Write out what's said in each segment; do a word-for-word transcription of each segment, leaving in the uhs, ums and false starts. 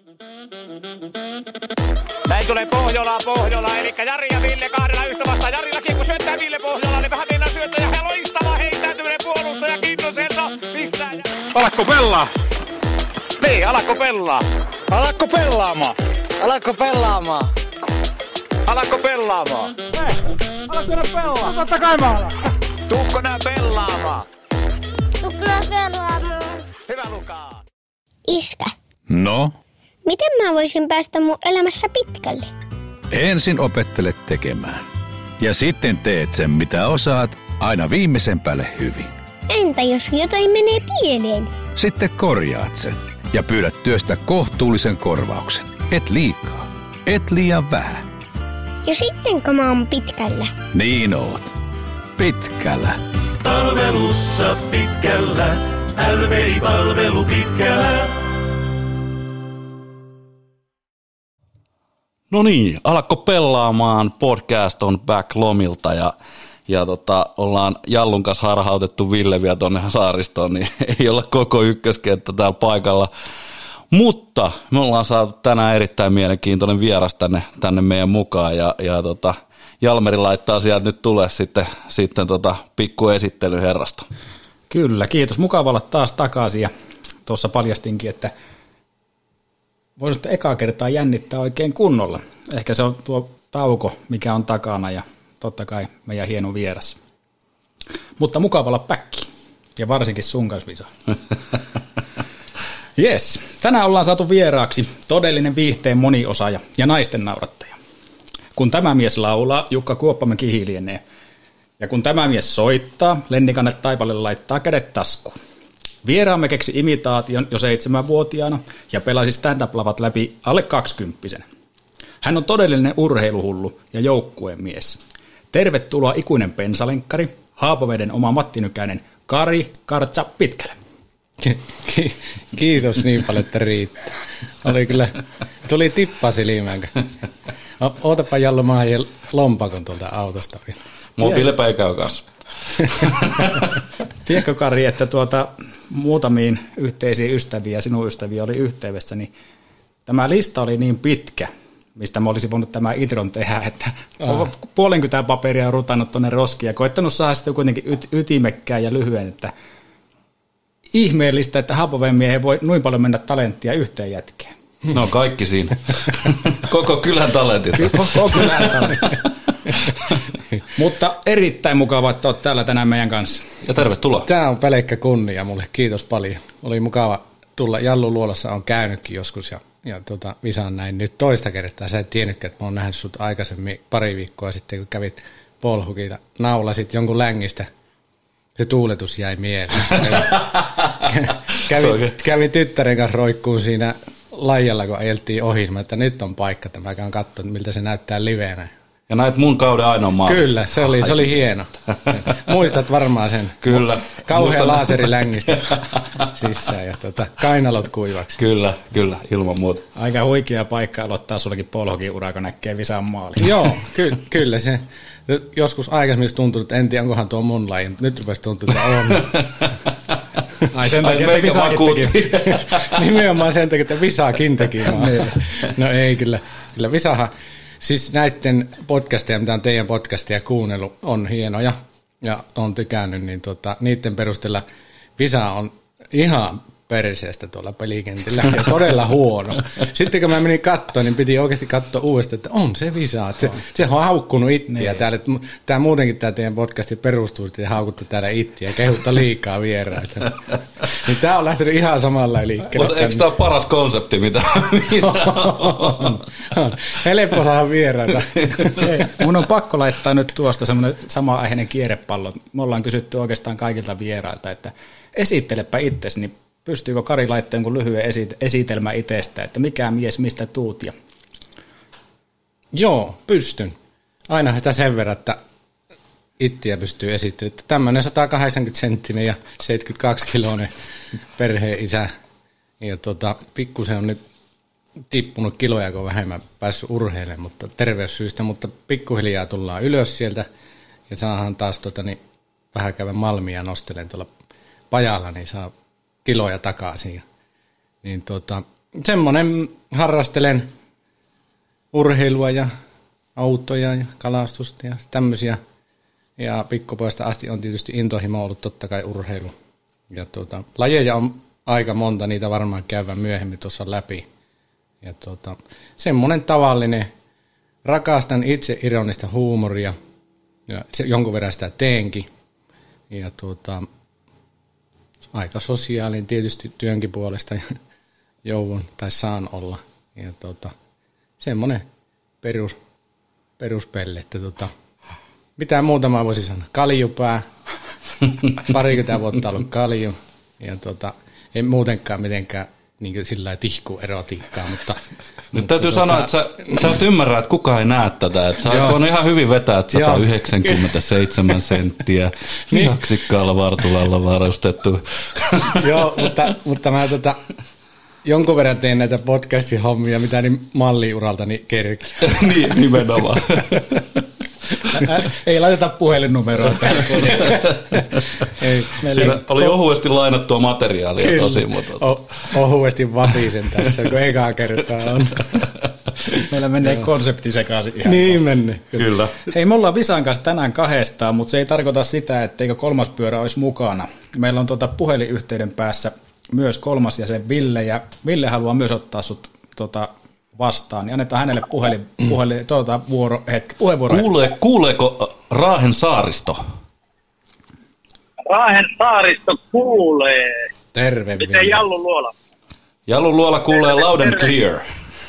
Näin tulee Pohjola, Pohjola, eli Jari ja Ville kahdella yhtä vastaan. Jarillakin kun syöttää Ville Pohjola, niin vähän mennään syöttäjä. Ja loistava heittäytyminen puolustaja Kintoselta. Pistää. Alakko pelaa? Niin, alakko pelaa? Alakko pelaamaan? Alakko pelaamaan? Alakko pelaamaan? Alakko nää pelaa? Totta kai mä alan. Tuukko nää pelaamaan? Tuukko nää pelaamaan? Hyvä Lukaa. Iskä. No? Miten mä voisin päästä mun elämässä pitkälle? Ensin opettele tekemään. Ja sitten teet sen, mitä osaat, aina viimeisen päälle hyvin. Entä jos jotain menee pieleen? Sitten korjaat sen ja pyydät työstä kohtuullisen korvauksen. Et liikaa, et liian vähän. Ja sittenkö mä oon pitkällä? Niin oot. Pitkällä. Palvelussa pitkällä. L V I-palvelu pitkällä. No niin, Alakko pelaamaan podcast on back lomilta ja, ja tota, ollaan Jallun kanssa harhautettu Ville vielä tuonne saaristoon, niin ei olla koko ykköskenttä täällä paikalla. Mutta me ollaan saatu tänään erittäin mielenkiintoinen vieras tänne, tänne meidän mukaan ja, ja tota, Jalmeri laittaa sieltä nyt tulee sitten, sitten tota, pikku esittely herrasta. Kyllä, kiitos. Mukava olla taas takaisin ja tuossa paljastinkin, että voisi sitten ekaa kertaa jännittää oikein kunnolla. Ehkä se on tuo tauko, mikä on takana ja totta kai meidän hieno vieras. Mutta mukava olla päkki ja varsinkin sun kanssa, Visa. Jes, tänään ollaan saatu vieraaksi todellinen viihteen moniosaaja ja naisten naurattaja. Kun tämä mies laulaa, Jukka Kuoppamäki hiilienee. Ja kun tämä mies soittaa, Lennikanne Taipalle laittaa kädet taskuun. Vieraamme keksi imitaation jo seitsemänvuotiaana ja pelasi stand-up-lavat läpi alle kaksikymppisenä. Hän on todellinen urheiluhullu ja joukkueen mies. Tervetuloa ikuinen pensalenkkari, Haapoveden oma Matti Nykänen, Kari Kartsa Pitkälä. Kiitos niin paljon, että riittää. Oli kyllä, tuli tippa silmään. Ootapa Jallu, mä haen lompakon tuolta autosta vielä. Mobiilepä ei käy kanssa. Tiedätkö, Kari, että tuota, muutamiin yhteisiin ystäviä, sinun ystäviä oli yhteydessä, niin tämä lista oli niin pitkä, mistä mä olisin voinut tämän intron tehdä, että oh. puolenkymmentä paperia on rutannut tuonne roskiin ja koittanut saada sitten kuitenkin yt- ytimekkään ja lyhyen, että ihmeellistä, että Haapoven miehen voi noin paljon mennä talenttia yhteen jätkeen. No kaikki siinä. Koko kylän talentit. Koko kylän talentit. Mutta erittäin mukava, että olet täällä tänään meidän kanssa. Ja tervetuloa. Tämä on pelkkä kunnia mulle. Kiitos paljon. Oli mukava tulla. Jallu Luolassa on käynytkin joskus ja, ja tuota, Visaan näin nyt toista kertaa. Sä et tiennytkään, että mä oon nähnyt sut aikaisemmin pari viikkoa sitten, kun kävit polhukilla. Naulasit jonkun längistä. Se tuuletus jäi mieleen. kävin, kävin tyttären kanssa roikkuun siinä laijalla, kun ajeltiin ohi. Mä että nyt on paikka, että mä käyn katsomaan, miltä se näyttää liveenä. Ja näet mun kauden ainoa maa. Kyllä, se oli, se oli hieno. Muistat varmaan sen. Kyllä. Kauhean laaserilängistä sisään ja tota, kainalot kuivaksi. Kyllä, kyllä, ilman muuta. Aika huikea paikka aloittaa sullekin polhokin ura, kun näkee Visan maali. Joo, ky- kyllä se. Joskus aikaisemmin tuntuu, että en tiedä, onkohan tuo mun laji, mutta nyt rupesi tuntua, että on. Ai sen takia, että Visaakin teki. Nimenomaan sen takia, että Visaakin teki. No ei, kyllä. Kyllä Visahan, siis näiden podcasteja, mitä on teidän podcastia kuunnellut, on hienoja ja on tykännyt, niin tota, niiden perusteella Visa on ihan perseestä tuolla pelikentillä ja todella huono. Sitten kun mä menin katsoa, niin piti oikeasti katsoa uudestaan, että on se Visa. Se, se on haukkunut ittiä niin. Täällä. Tämä muutenkin tämä teidän podcasti perustuu, että haukutte täällä ittiä ja kehutta liikaa vieraita. Niin tämä on lähtenyt ihan samalla liikkeelle. Mutta eikö tämä ole paras konsepti, mitä, mitä on? on. Helppo saada vieraita. Ei, mun on pakko laittaa nyt tuosta semmoinen sama-aiheinen kierrepallo. Me ollaan kysytty oikeastaan kaikilta vierailta, että esittelepä itsesi, niin pystyykö Kari laittamaan jonkun lyhyen esitelmä itsestä, että mikä mies, mistä tuut? Ja... Joo, pystyn. Ainahan sitä sen verran, että ittiä pystyy esittelemään. Tämmöinen sata kahdeksankymmentä senttinen ja seitsemänkymmentäkaksi kiloinen perheen isä. Ja tota, pikkusen on nyt tippunut kiloja, kun on vähemmän päässyt urheilemaan, mutta terveyssyistä, mutta pikkuhiljaa tullaan ylös sieltä ja saadaan taas tota, niin, vähän käydä malmia nostelen tuolla pajalla, niin saa kiloja takaisin. Ja, niin tota, semmoinen harrastelen urheilua ja autoja ja kalastusta ja tämmöisiä. Ja pikkupoista asti on tietysti intohimo ollut totta kai urheilu. Ja tuota, lajeja on aika monta, niitä varmaan käydään myöhemmin tuossa läpi. Ja tuota, semmoinen tavallinen, rakastan itse ironista huumoria ja jonkun verran sitä teenkin. Ja tuota, aika sosiaalinen tietysti työnkin puolesta joudun tai saan olla. Ja tuota, semmoinen perus, peruspelle, että tuota, mitä muuta mä voisin sanoa? Kaljupää, parikymmentä vuotta ollut kalju ja tuota, en muutenkaan mitenkään niin sillä lailla tihku erotiikkaa, mutta... Nyt mutta täytyy tuota, sanoa, että sä, sä et ymmärrä, että kukaan ei näe tätä. Että sä oot voinut ihan hyvin vetää, että sata yhdeksänkymmentäseitsemän senttiä lihaksikkaalla vartulalla varustettu. Joo, mutta, mutta mä tota, jonkun verran teen näitä podcastin hommia, mitä niin malliuraltani kerki. Niin, nimenomaan. Ei laiteta puhelinnumeroa tähän. Ei, Siinä oli ohuesti lainattua materiaalia kyllä, tosi, mutta... O- ohuesti vapisen tässä, kun ekaa kertaa on. Meillä menee konsepti sekaisin ihan. Niin menee. Kyllä. Hei, me ollaan Visan kanssa tänään kahdestaan, mutta se ei tarkoita sitä, etteikö kolmas pyörä olisi mukana. Meillä on tuota puhelinyhteyden päässä myös kolmas jäsen Ville, ja Ville haluaa myös ottaa sut tuota vastaan, niin annetaan hänelle puhelin, puhelin, tuota, vuoro, hetki, puheenvuoro. Kuule, kuuleeko Raahen saaristo? Raahen saaristo kuulee. Terve. Miten Jallu Luola? Jallu Luola kuulee terve, loud and terve. clear.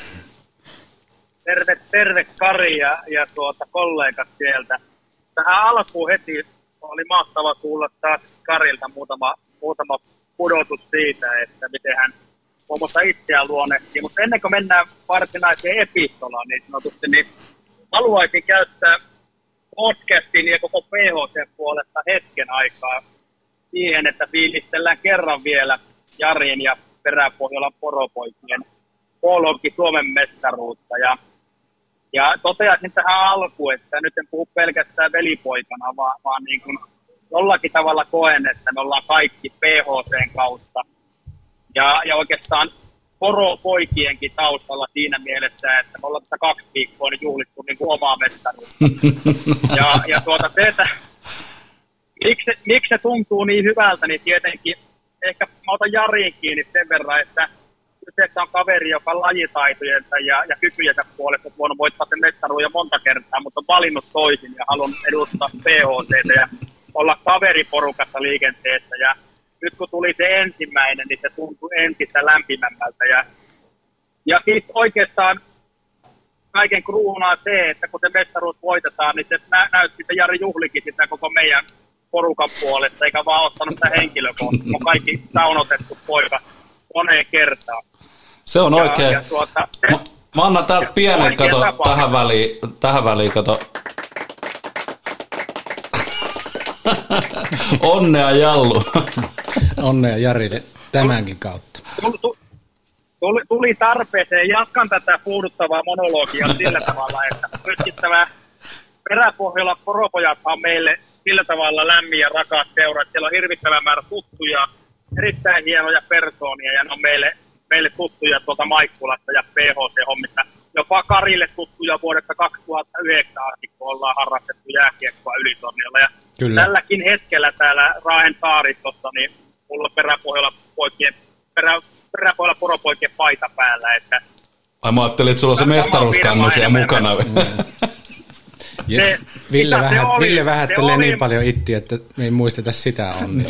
Terve, terve Kari ja, ja tuota, kollegat sieltä. Tähän alkuun heti oli mahtava kuulla taas Karilta muutama, muutama pudotus siitä, että miten hän muun muassa itseään luonnehtii. Mutta ennen kuin mennään varsinaiseen epistolaan niin sanotusti, niin haluaisin käyttää podcastin ja koko P H C puolesta hetken aikaa siihen, että fiilistellään kerran vielä Jarin ja Peräpohjolan poropoikien K-Login Suomen mestaruutta. Ja, ja toteaisin tähän alkuun, että nyt en puhu pelkästään velipoikana, vaan, vaan niin kuin jollakin tavalla koen, että me ollaan kaikki P H C:n kautta. Ja, ja oikeastaan poropoikienkin taustalla siinä mielessä, että me ollaan tätä kaksi viikkoa nyt juhlittu niin kuin omaa mestaruutta. Ja, ja tuota se, että miksi, miksi se tuntuu niin hyvältä, niin tietenkin ehkä mä otan Jariin kiinni sen verran, että kyseessä on kaveri, joka on lajitaitojensa ja, ja kykyjensä puolesta voinut voittaa sen mestaruuden monta kertaa, mutta on valinnut toisin ja haluan edustaa P H C:tä ja olla kaveriporukassa liikenteessä. Ja nyt kun tuli se ensimmäinen, niin se tuntui entistä lämpimämmältä. Ja, ja siis oikeastaan kaiken kruunaa se, että kun se mestaruus voitetaan, niin se nä- näytti, että Jari juhlikin sitä koko meidän porukan puolesta, eikä vaan ottanut sitä henkilökohtaa. On kaikki saunotettu poika moneen kertaan. Se on ja, oikein. Ja tuota, se, mä, mä annan täältä pienen, kato, tähän väliin, tähän väliin, kato. Onnea Jallu. Onnea Jarille tämänkin kautta. Tuli, tuli tarpeeseen. Jatkan tätä puuduttavaa monologia sillä tavalla, että myöskin tämä Peräpohjolan poropojat on meille sillä tavalla lämmin ja rakas seura. Siellä on hirvittävä määrä tuttuja, erittäin hienoja persoonia ja ne on meille, meille tuttuja tuolta Maikkulasta ja P H C-hommista. Jopa Karille tuttuja vuodesta kaksituhattayhdeksän asti, kun ollaan harrastettu jääkiekkoa Ylitorniolla. Ja Kyllä. tälläkin hetkellä täällä Raahen saaristossa, niin mulla on Peräpohjolan poikien, perä, Peräpohjolan poropoikien paita päällä. Että Ai mä ajattelin, että sulla on se mestaruuskannu siellä mukana. Se, Ville, vähät, Ville vähättelee niin paljon ittiä, että me ei muisteta sitä onnea.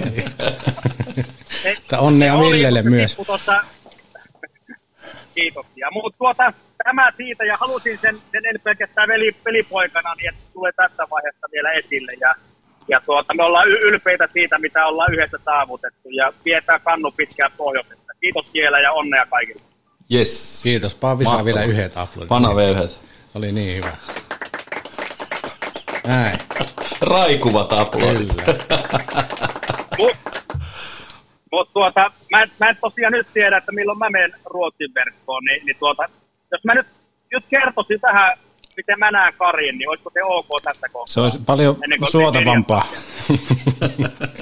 Onnea Villelle myös. Tuossa, kiitoksia. Mutta tuota, tämä siitä, ja halusin sen, sen en pelkästään veli, velipoikana, niin että tulee tässä vaiheessa vielä esille. Ja, ja tuota, me ollaan ylpeitä siitä, mitä ollaan yhdessä saavutettu, ja pidetään kannu pitkään pohjoisesta. Kiitos vielä ja onnea kaikille. Yes. Kiitos. Paavi saa vielä yhdet aplodit. Pana vielä yhdet. Oli niin hyvä. Näin. Raikuvat aplodit. Mutta mut tuota, mä, mä en tosiaan nyt tiedä, että milloin mä menen Ruotsin verkkoon, niin, niin tuota, jos mä nyt, nyt kertoisin tähän, miten mä näen Karin, niin olisiko se ok tässä kohtaa? Se olisi paljon suotavampaa.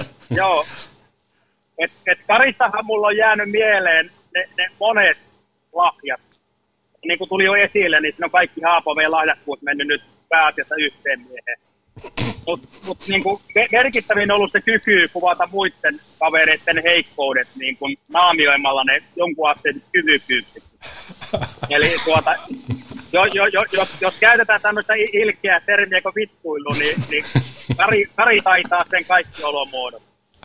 Joo. Et, et Karissahan mulla on jäänyt mieleen ne, ne monet lahjat. Niin kuin tuli jo esille, niin siinä on kaikki Haapamäen lahjakkuus mennyt nyt pääasiassa yhteen mieheen. Mutta mut, niin merkittävin on ollut se kyky kuvata muiden kavereiden heikkoudet niin kuin naamioimalla ne jonkun asteen kyvykkyyksiä. Eli tuota, jo, jo, jo, jos, jos käytetään tämmöistä ilkeää termiä kuin vittuilu, niin, niin Kari, Kari taitaa sen kaikki olomuodot.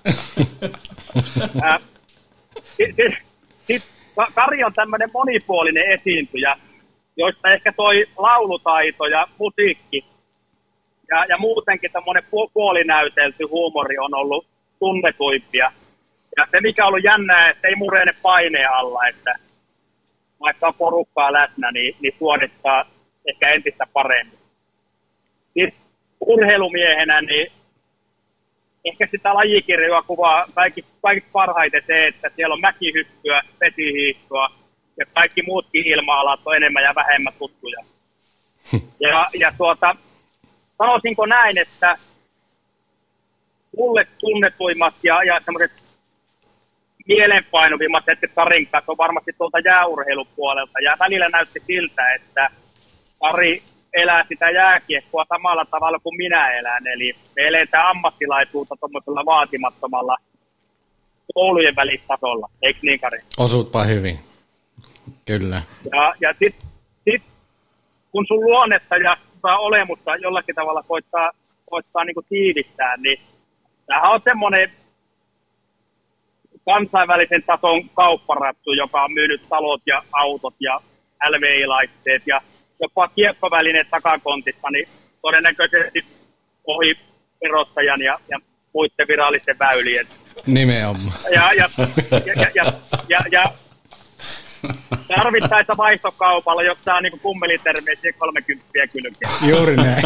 Sitten sit, Kari on tämmöinen monipuolinen esiintyjä, joista ehkä toi laulutaito ja musiikki ja, ja muutenkin tämmöinen puolinäytelty huumori on ollut tunnetuimpia. Ja se mikä on ollut jännää, että ei murene paineen alla, että vaikka on porukkaa läsnä, niin, niin suorittaa ehkä entistä paremmin. Sitten urheilumiehenä, niin ehkä sitä lajikirjoa kuvaa kaikista, kaikista parhaiten se, että siellä on mäkihyppyä, vesihiihtoa ja kaikki muutkin ilma-alat on enemmän ja vähemmän tuttuja. Ja, ja tuota, sanoisinko näin, että mulle tunnetuimmat ja, ja semmoiset mielenpainuvimmat hetket Karin kanssa on varmasti tuolta jääurheilupuolelta. Ja välillä näytti siltä, että Kari elää sitä jääkiekkoa samalla tavalla kuin minä elän. Eli me eletään ammattilaisuutta tuommoisella vaatimattomalla koulujen välistasolla. Eikö niin, Kari? Osuutpa hyvin. Kyllä. Ja, ja sitten sit, kun sun luonnetta ja olemusta jollakin tavalla koittaa, koittaa niin kuin tiivistää, niin tämähän on semmoinen kansainvälisen tason kaupparatsu, joka on myynyt talot ja autot ja L V I-laitteet ja jopa kiekkovälineet takakontissa, niin todennäköisesti ohi verottajan ja, ja muiden virallisten väylien. Nimenomaan. Ja, ja, ja, ja, ja, ja, ja tarvittaessa vaihtokaupalla, jos saa niin kummelitermeisiä kolmekymppiä kylkeä. Juuri näin.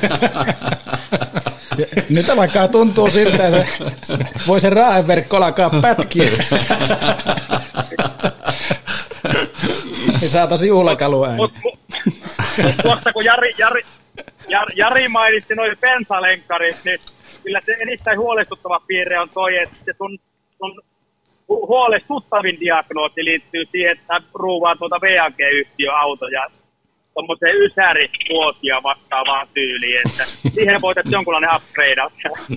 Nyt alkaa tuntua siltä, että voi se raaheverkko alkaa pätkiä. Niin saataisiin juhlakalua ääni. Mutta tuossa kun Jari, Jari, Jari, Jari mainitsi noin bensalenkkarit, niin kyllä se erittäin huolestuttava piirre on toi, että se sun, sun huolestuttavin diagnoosi liittyy siihen, että ruuvaa tuota V A G-yhtiöautoja tuommoiseen ysärimuotia vastaavaan tyyliin, että siihen voitaisiin jonkunlainen upgrade.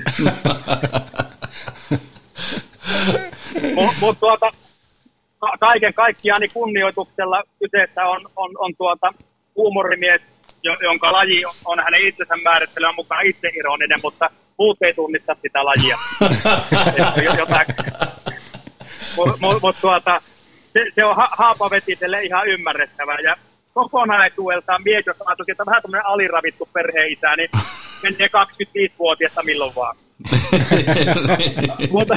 Mutta mut tuota, kaiken kaikkiaan niin kunnioituksella kyseessä on, on, on tuota huumorimies, jonka laji on hänen itsensä määrittelyn mukaan itseironinen, mutta muut ei tunnista sitä lajia. Mutta mut, mut tuota, se, se on ha- haapavetiselle ihan ymmärrettävää. Ja kokonaisuudeltaan mies, jos ajatellaan, että on vähän tämmöinen aliravittu perheisä, niin menee kaksikymmentäviisivuotiaasta milloin vaan. Mutta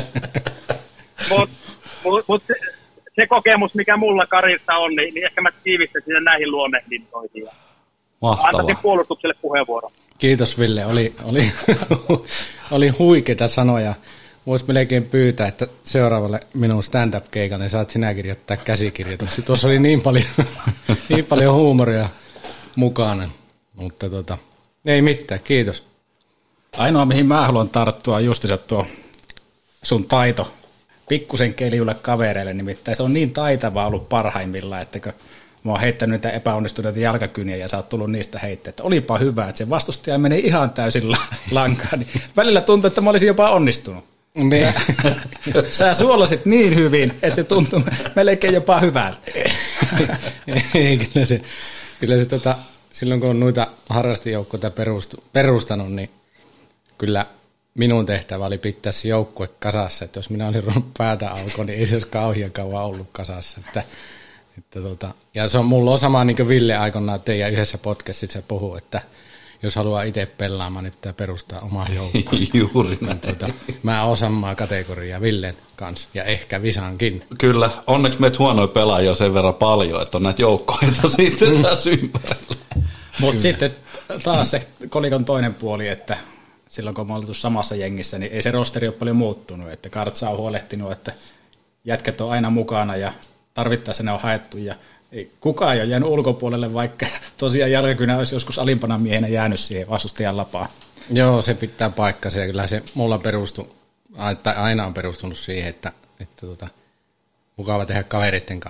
mut, mut, mut se, se kokemus, mikä mulla Karissa on, niin, niin ehkä mä tiivistäisin sen näihin luonnehdintoihin. Mahtavaa. Antaisin puolustukselle puheenvuoron. Kiitos Ville, oli, oli, oli huikeita sanoja. Voisi melkein pyytää, että seuraavalle minun stand-up-keikalle saat sinä kirjoittaa käsikirjoituksia. Tuossa oli niin paljon, niin paljon huumoria mukana, mutta tota, ei mitään, kiitos. Ainoa, mihin mä haluan tarttua, on justiinsa tuo sun taito pikkusen keljulle kavereille, nimittäin se on niin taitavaa ollut parhaimmillaan, että kun mä oon heittänyt niitä epäonnistuneita jalkakyniä ja sä oot tullut niistä heittää, että olipa hyvä, että se vastustaja menee ihan täysin lankaan, niin välillä tuntuu, että mä olisin jopa onnistunut. Sä, sä suolasit niin hyvin, että se tuntuu melkein jopa hyvältä. Ei, kyllä se, kyllä se tota, silloin kun on noita harrastijoukkoja perustanut, niin kyllä minun tehtävä oli pitää se joukkue kasassa, että jos minä olin ruvennut päätä alkoon, niin ei se olisi kauhean kauan ollut kasassa. Että, että tota, ja se on mulla on sama niin kuin Ville aikoinaan teidän yhdessä podcastissa puhuu, että jos haluaa itse pelaamaan, niin pitää perustaa omaa joukkoa. Juuri näin. Tuota, mä oon samaa kategoriaa Villen kanssa ja ehkä Visankin. Kyllä, onneksi meitä huonoja pelaajia sen verran paljon, että on näitä joukkoita sitten tässä ympärillä. Mutta sitten taas se kolikon toinen puoli, että silloin kun me oltu samassa jengissä, niin ei se rosteri ole paljon muuttunut. Että Kartsa on huolehtinut, että jätkät on aina mukana ja tarvittaessa ne on haettu ja ei kukaan ei ole jäänyt ulkopuolelle, vaikka tosiaan jalkakynä olisi joskus alimpana miehenä jäänyt siihen vastustajan lapaan. Joo, se pitää paikkansa ja kyllä se mulla perustui, tai aina on perustunut siihen, että, että tota, mukava tehdä kavereiden kanssa.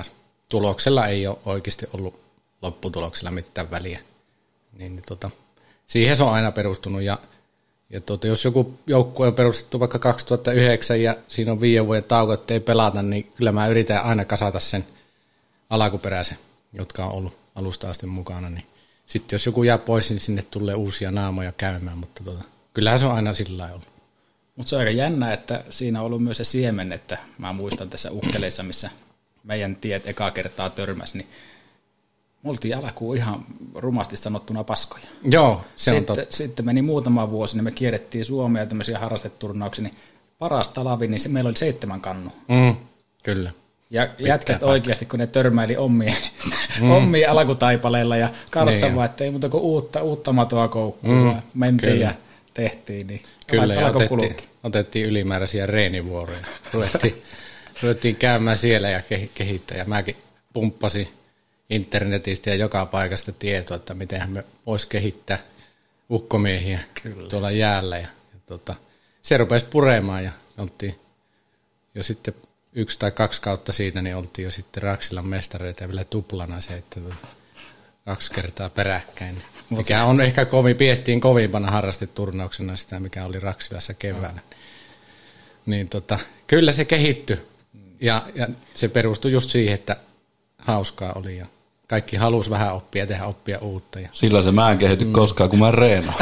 tuloksella ei ole oikeasti ollut lopputuloksella mitään väliä. Niin, niin tota, siihen se on aina perustunut ja, ja tota, jos joku joukkue on perustettu vaikka kaksituhattayhdeksän ja siinä on viiden vuoden tauko, ettei pelata, niin kyllä mä yritän aina kasata sen alkuperäisen, jotka on ollut alusta asti mukana. Niin sitten jos joku jää pois, niin sinne tulee uusia naamoja käymään, mutta tota, kyllähän se on aina sillä lailla ollut. Mutta se on aika jännä, että siinä on ollut myös se siemen, että mä muistan tässä Ukkeleissa, missä meidän tiet ekaa kertaa törmäsi, niin me oltiin alkuun ihan rumasti sanottuna paskoja. Joo, se sitten, on totta. Sitten meni muutama vuosi, niin me kierrettiin Suomea tämmöisiä harrasteturnauksia, niin paras talavi, niin se, meillä oli seitsemän kannua. Mm, kyllä. Ja jätkät oikeasti, kun ne törmäili ommia, mm. ommia alkutaipaleilla ja katsoi niin vaan, että ei muuta kuin uutta, uutta matoa koukkuun. Mm, mentiin kyllä. Ja tehtiin, niin kyllä, ja otettiin, otettiin ylimääräisiä reenivuoroja. Ruvettiin, ruvettiin käymään siellä ja kehittää. Ja mäkin pumppasin internetistä ja joka paikasta tietoa, että mitenhän me vois kehittää ukkomiehiä kyllä. tuolla jäällä. Ja, ja tota, se rupesi puremaan ja oltiin jo sitten yksi tai kaksi kautta siitä, niin oltiin jo sitten Raksilan mestareita ja vielä tuplana se, että kaksi kertaa peräkkäin. Mikä on ehkä kovin, piettiin kovimpana harrasteturnauksena sitä, mikä oli Raksilassa keväällä. Mm. Niin tota, kyllä se kehittyi ja, ja se perustui just siihen, että hauskaa oli ja kaikki halusi vähän oppia ja tehdä oppia uutta. Ja sillä se mä en kehity mm. koskaan, kun mä reenaan.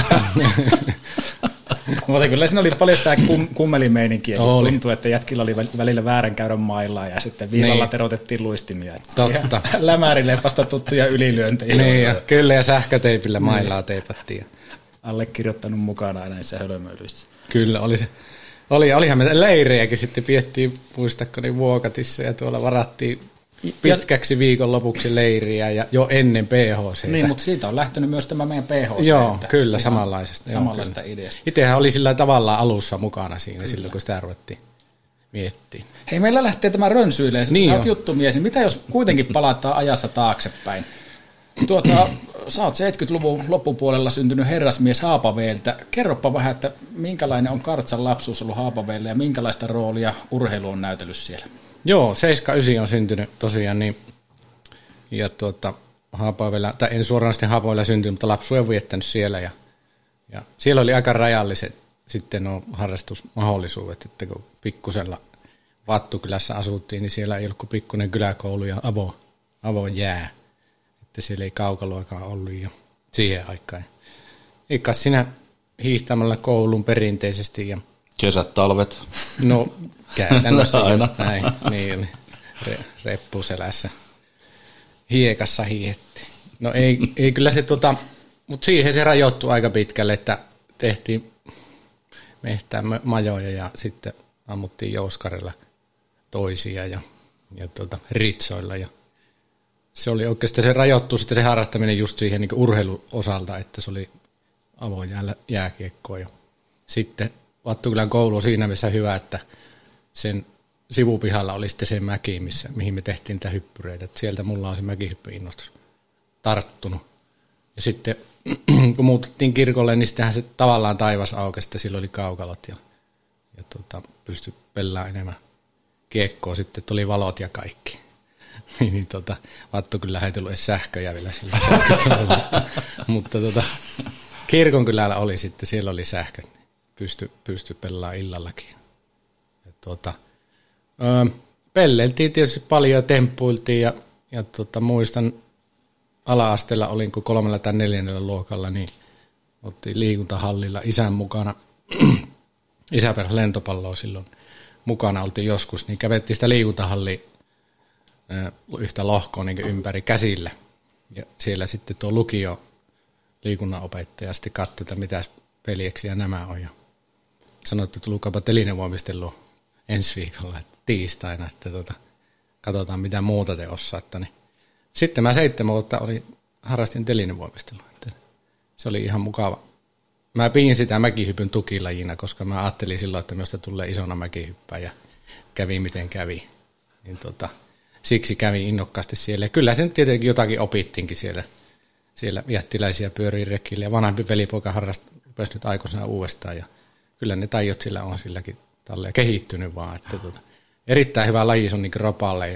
Mutta kyllä siinä oli paljon sitä kum, kummelimeininkiä. Tuntui, että jätkillä oli välillä väärän käydön maillaan ja sitten viivalla niin terotettiin luistimia. Totta. Lämärille vasta tuttuja ylilyöntejä. Niin, ja kyllä ja sähköteipillä mailaa niin teipattiin. Allekirjoittanut mukana näissä hölmöilyissä. Kyllä, oli se. Oli, olihan me leirejäkin sitten piettiin, muistatko niin Vuokatissa ja tuolla varattiin pitkäksi viikon lopuksi leiriä ja jo ennen P H C. Niin, mutta siitä on lähtenyt myös tämä meidän P H C. Joo, kyllä, samanlaisesta. Samanlaista ideasta. Itsehän oli sillä tavallaan alussa mukana siinä kyllä. Silloin, kun sitä ruvettiin miettimään. Hei, meillä lähtee tämä rönsyilemään. Niin sä oot juttumies, niin mitä jos kuitenkin palataan ajassa taaksepäin? Tuota, sä oot seitsemänkymmentäluvun loppupuolella syntynyt herrasmies Haapaveeltä. Kerropa vähän, että minkälainen on Kartsan lapsuus ollut Haapaveellä ja minkälaista roolia urheilu on näytellyt siellä? Joo, seitsemänkymmentäyhdeksän on syntynyt tosiaan, niin, ja tuota, Haapavedellä, tai en suoranaisesti Haapavedellä syntynyt, mutta lapsuuden viettänyt siellä, ja, ja siellä oli aika rajalliset sitten nuo harrastusmahdollisuudet, että kun pikkusella Vattukylässä asuttiin, niin siellä ei ollut kuin pikkuinen kyläkoulu ja avo, avo jää, että siellä ei kaukaloakaan ollut jo siihen aikaan. Eikä sinä hiihtämällä koulun perinteisesti. Ja kesät, talvet. No käytännössä aina näin, niin re, reppuselässä hiekassa hiihettiin. No ei, ei kyllä se tota, mutta siihen se rajoittui aika pitkälle, että tehtiin mehtään majoja ja sitten ammuttiin jouskarilla toisia ja, ja tota, ritsoilla ja se oli oikeastaan, se rajoittui sitten se harrastaminen just siihen niin urheiluosalta, että se oli avojäällä jääkiekkoa ja sitten Vattukylän koulu on siinä missä hyvä, että sen sivupihalla oli sitten se mäki, missä, mihin me tehtiin niitä hyppyreitä. Että sieltä mulla on se mäkihyppyinnostus tarttunut. Ja sitten kun muutettiin kirkolle, niin sittenhän se tavallaan taivas aukesi, että silloin oli kaukalot ja, ja tuota, pystyi pelaamaan enemmän kiekkoa. Sitten tuli valot ja kaikki. niin tota, Vattukylä ei tullut edes sähköjä vielä sillä mutta, mutta tota, kirkon kylällä oli sitten, siellä oli sähköt. Pysty, pysty pelaamaan illallakin. Ja tuota, öö, pelleiltiin tietysti paljon ja temppuiltiin ja, ja tuota, muistan ala-asteella olin kun kolmella tai neljännellä luokalla, niin oltiin liikuntahallilla isän mukana. Isä perhasi lentopalloa silloin mukana oltiin joskus, niin kävettiin sitä liikuntahallia öö, yhtä lohkoa niin ympäri käsillä. Ja siellä sitten tuo lukio liikunnanopettaja sitten katsoi, että mitä pelieksiä nämä on. Ja sanoi, että tulkaapa telinevoimistelua ensi viikolla, että tiistaina, että tuota, katsotaan mitä muuta te osaatte. Niin. Sitten mä seitsemän vuotta oli, harrastin telinevoimistelua. Se oli ihan mukava. Mä pidin sitä mäkihypyn tukilajina, koska mä ajattelin silloin, että minusta tulee isona mäkihyppää ja kävi miten kävi. Niin tuota, siksi kävin innokkaasti siellä. Ja kyllä sen tietenkin jotakin opittiinkin siellä. Siellä jättiläisiä pyörii rekille ja vanhempi velipoika harrasti, rupesi nyt aikoisena uudestaan ja kyllä ne taidot sillä on silläkin tälleen kehittynyt vaan. Että tuota, erittäin hyvä laji, se on niin ropalle ja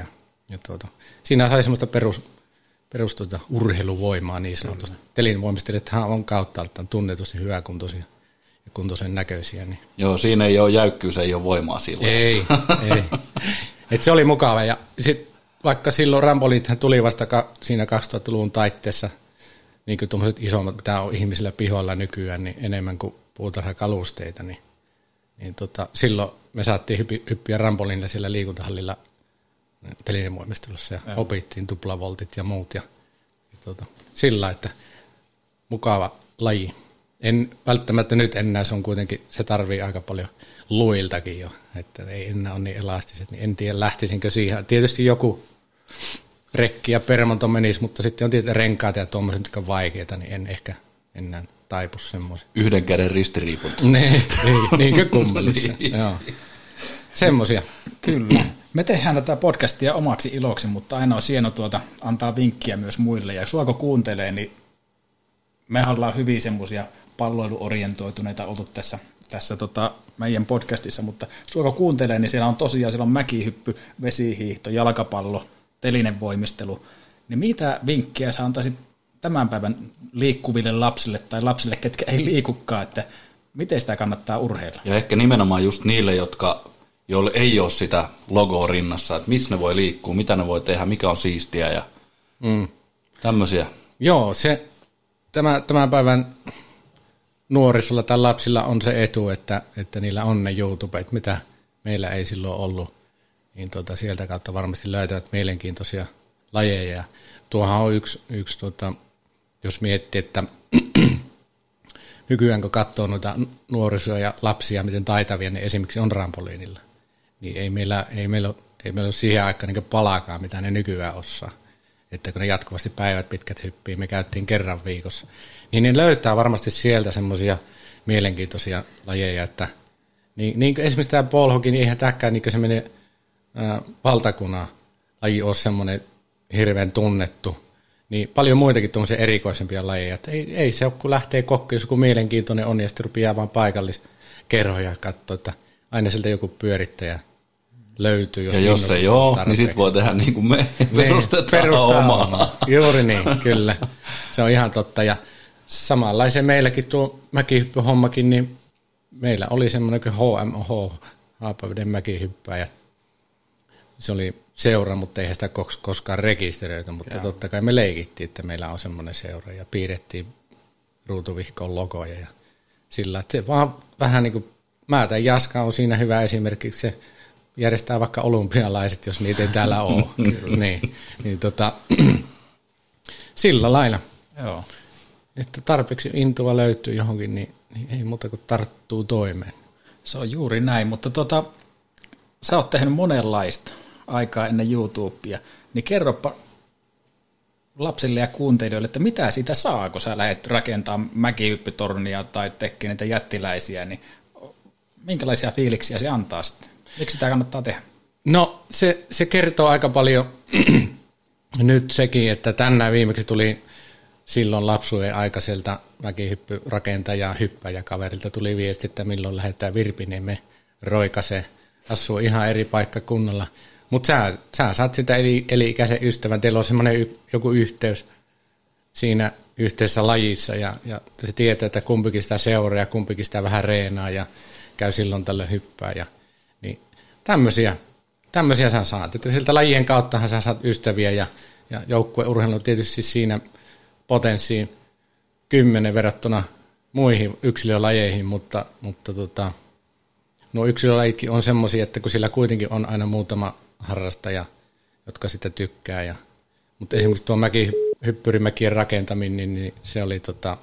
ja tuota, siinä sai semmoista perus, perus tuota, urheiluvoimaa niin sanotusti. Telin voimistelijathan on kauttaaltaan tunnetusti hyväkuntoisia ja kuntoisen näköisiä. Niin. Joo, siinä ei ole jäykkyys, ei ole voimaa silloin. Ei, ei. Et se oli mukava ja sit, vaikka silloin rampoliithan tuli vasta ka, siinä kaksituhattaluvun taitteessa, niin kuin tuommoiset isommat, mitä on ihmisillä pihoilla nykyään, niin enemmän kuin puutarhakalusteita, niin, niin tota, silloin me saatiin hyppi, hyppiä rampoliinilla siellä liikuntahallilla telinevoimistelussa ja, ja opittiin tuplavoltit ja muut. Ja, ja tota, sillä, että mukava laji. En välttämättä nyt enää, se on kuitenkin, se tarvii aika paljon luiltakin jo, että ei enää ole niin elastiset, niin en tiedä lähtisinkö siihen. Tietysti joku rekki ja permonto menisi, mutta sitten on tietysti renkaat ja tuommoiset, jotka on vaikeita, niin en ehkä enää taipu semmoisen. Yhden käden ristiriiput. niin, niinkö kummelissa. Joo. Semmoisia. Kyllä. Me tehdään tätä podcastia omaksi iloksi, mutta aina on hieno tuota antaa vinkkiä myös muille. Ja suako kuuntelee, niin me ollaan hyvin semmoisia palloiluorientoituneita oltu tässä, tässä tota meidän podcastissa, mutta suoko kuuntelee, niin siellä on tosiaan siellä on mäkihyppy, vesihiihto, jalkapallo, telinen voimistelu. Niin mitä vinkkiä sä antaisit tämän päivän liikkuville lapsille tai lapsille, ketkä ei liikukaan, että miten sitä kannattaa urheilla? Ja ehkä nimenomaan just niille, jotka, joille ei ole sitä logoa rinnassa, että missä ne voi liikkua, mitä ne voi tehdä, mikä on siistiä ja mm. tämmöisiä. Joo, se, tämä, tämän päivän nuorisolla tai lapsilla on se etu, että, että niillä on ne YouTubet, mitä meillä ei silloin ollut, niin tuota, sieltä kautta varmasti löytävät mielenkiintoisia lajeja. Ja tuohan on yksi, yksi tuota, jos miettii, että nykyään kun katsoo noita nuorisoja ja lapsia, miten taitavia ne esimerkiksi on rampoliinilla, niin ei meillä, ei meillä, ole, ei meillä ole siihen aikaan niin palaakaan, mitä ne nykyään osaa. Että kun ne jatkuvasti päivät pitkät hyppii, me käyttiin kerran viikossa, niin ne löytää varmasti sieltä semmoisia mielenkiintoisia lajeja, että niin, niin esimerkiksi tämä ballhockey, niin eihän tämäkään niin semmoinen ää, valtakunnan laji ole semmoinen hirveän tunnettu, niin paljon muitakin tuommoisia erikoisempia lajeja, että ei, ei se ole, kun lähtee kokki, jos joku mielenkiintoinen on, ja sitten rupeaa vaan paikalliskerhoja katsoa, että aina sieltä joku pyörittäjä löytyy. Jos ja jos ei ole, niin sitten voi tehdä niin kuin me, perustetaan omaa. Juuri niin, kyllä. Se on ihan totta, ja samanlaisen meilläkin tuo mäkihyppyhommakin, niin meillä oli semmoinen kuin H M O H, Haapaveden mäkihyppääjä. Se oli seura, mutta eihän sitä koskaan rekisteröity, mutta Jaa. totta kai me leikittiin, että meillä on semmoinen seura ja piirrettiin ruutuvihkoon logoja ja sillä, että se vaan vähän niin kuin Määtän Jaska on siinä hyvä esimerkiksi, se järjestää vaikka olympialaiset, jos niitä ei täällä ole. niin, niin tota, sillä lailla, Joo. että tarpeeksi intoa löytyy johonkin, niin, niin ei muuta kuin tarttuu toimeen. Se on juuri näin, mutta tota, sä oot tehnyt monenlaista aikaa ennen YouTubea, niin kerropa lapsille ja kuuntelijoille, että mitä siitä saa, kun sä lähdet rakentamaan mäkihyppytornia tai tekee niitä jättiläisiä, niin minkälaisia fiiliksiä se antaa sitten? Miksi sitä kannattaa tehdä? No se, se kertoo aika paljon nyt sekin, että tänään viimeksi tuli silloin lapsuuden aikaiselta mäkihyppyrakentajaa hyppäjäkaverilta tuli viesti, että milloin lähdetään Virpiniemen Roikaseen. Asuu ihan eri paikkakunnalla. Mutta sä, sä saat sitä eli, eli-ikäisen ystävän, teillä on semmoinen y, joku yhteys siinä yhteisessä lajissa ja, ja se tietää, että kumpikin sitä seuraa ja kumpikin sitä vähän reenaa ja käy silloin tälle hyppää. Ja, niin tämmöisiä, tämmöisiä sä saat. Että siltä lajien kauttahan sä saat ystäviä ja, ja joukkueurheilu on tietysti siinä potenssiin kymmenen verrattuna muihin yksilölajeihin, mutta, mutta tota, nuo yksilölajitkin on semmoisia, että kun sillä kuitenkin on aina muutama harrastaja, jotka sitä tykkää. Ja, mutta esimerkiksi tuo mäkihyppyrimäkien rakentaminen, niin, niin se oli tota,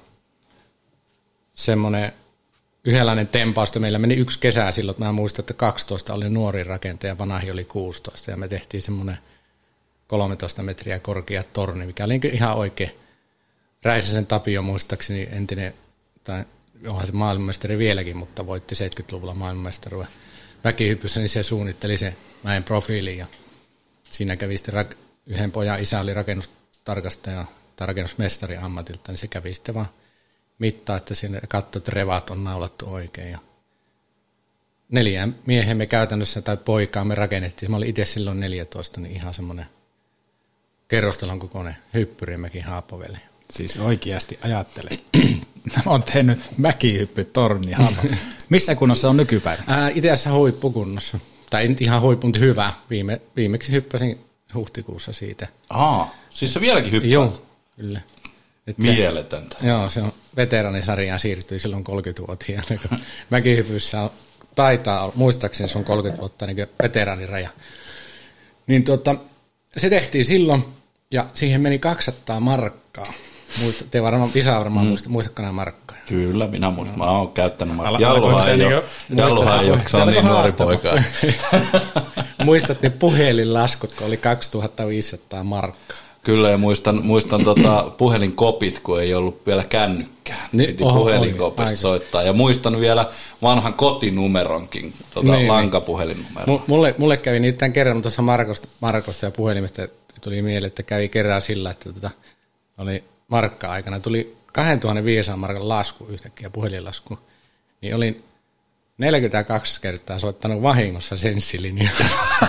semmoinen yhdenlainen tempausta. Meillä meni yksi kesä silloin, että mä muistan, että kaksitoista oli nuori rakentaja, Vanahi oli kuusitoista, ja me tehtiin semmoinen kolmetoista metriä korkea torni, mikä oli ihan oikein. Räisäsen Tapio muistaakseni entinen, tai onhan se maailmanmestari vieläkin, mutta voitti seitsemänkymmentäluvulla maailmanmestaruuden mäkihypyssä, niin se suunnitteli se mäen profiilin ja siinä kävi sitten rak- yhden pojan isä oli rakennustarkastaja tai rakennusmestari ammatilta, niin se kävi sitten vaan mittaa, että siinä katsoi, että revat on naulattu oikein ja neljään miehen me käytännössä tai poikaa me rakennettiin. Mä olin itse silloin neljätoista, niin ihan semmoinen kerrostalon kokoinen hyppyrimäki Haapovelle. Siis oikeasti ajattele. Mä oon tehnyt mäkihyppytorni Haapa. Missä kunnossa on nykypäivänä? Itse asiassa huippukunnossa. Tai ei nyt ihan huippu, mutta hyvä. Viime, viimeksi hyppäsin huhtikuussa siitä. Aa, siis se vieläkin hyppää? Joo, kyllä. Et mieletöntä. Se, joo, se on veteraanisarjaan siirtyi silloin kolmekymmentävuotiaana. Mäkihypyssä on, taitaa, muistaakseni se on kolmekymmentä vuotta niin veteraaniraja. Niin tuota, se tehtiin silloin ja siihen meni kaksisataa markkaa. Muista, te varmaan, Visa varmaan mm. muista, muistatko nämä markkaa? Kyllä, minä muistan. Mä oon käyttänyt markkaa. Jalluhan ei ole, se on niin nuori poika. Muistat ne puhelinlaskut, kun oli kaksituhattaviisisataa markkaa. Kyllä, ja muistan, muistan tota puhelinkopit, kun ei ollut vielä kännykkää. Niin, piti puhelinkopista soittaa. Ja muistan vielä vanhan kotinumeronkin, tota niin, lankapuhelinnumeron. Mulle, mulle kävi niitä tämän kerran tuossa Markosta, Markosta ja puhelimesta tuli mieleen, että kävi kerran sillä, että tota, oli markka-aikana. Tuli kaksituhattaviisisataa markan lasku yhtäkkiä, puhelinlasku. Niin olin neljäkymmentäkaksi kertaa soittanut vahingossa senssilinjaa.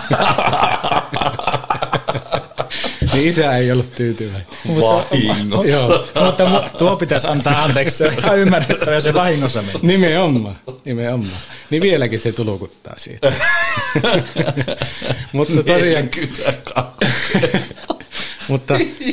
Niin isä ei ollut tyytyväinen. Vahingossa. Joo, mutta tuo pitäisi antaa anteeksi, se on ihan ymmärrettävä, jos se vahingossa meni. Nimenomaan, nimenomaan. Niin vieläkin se tulukuttaa siitä. Mutta tosiaan... mutta,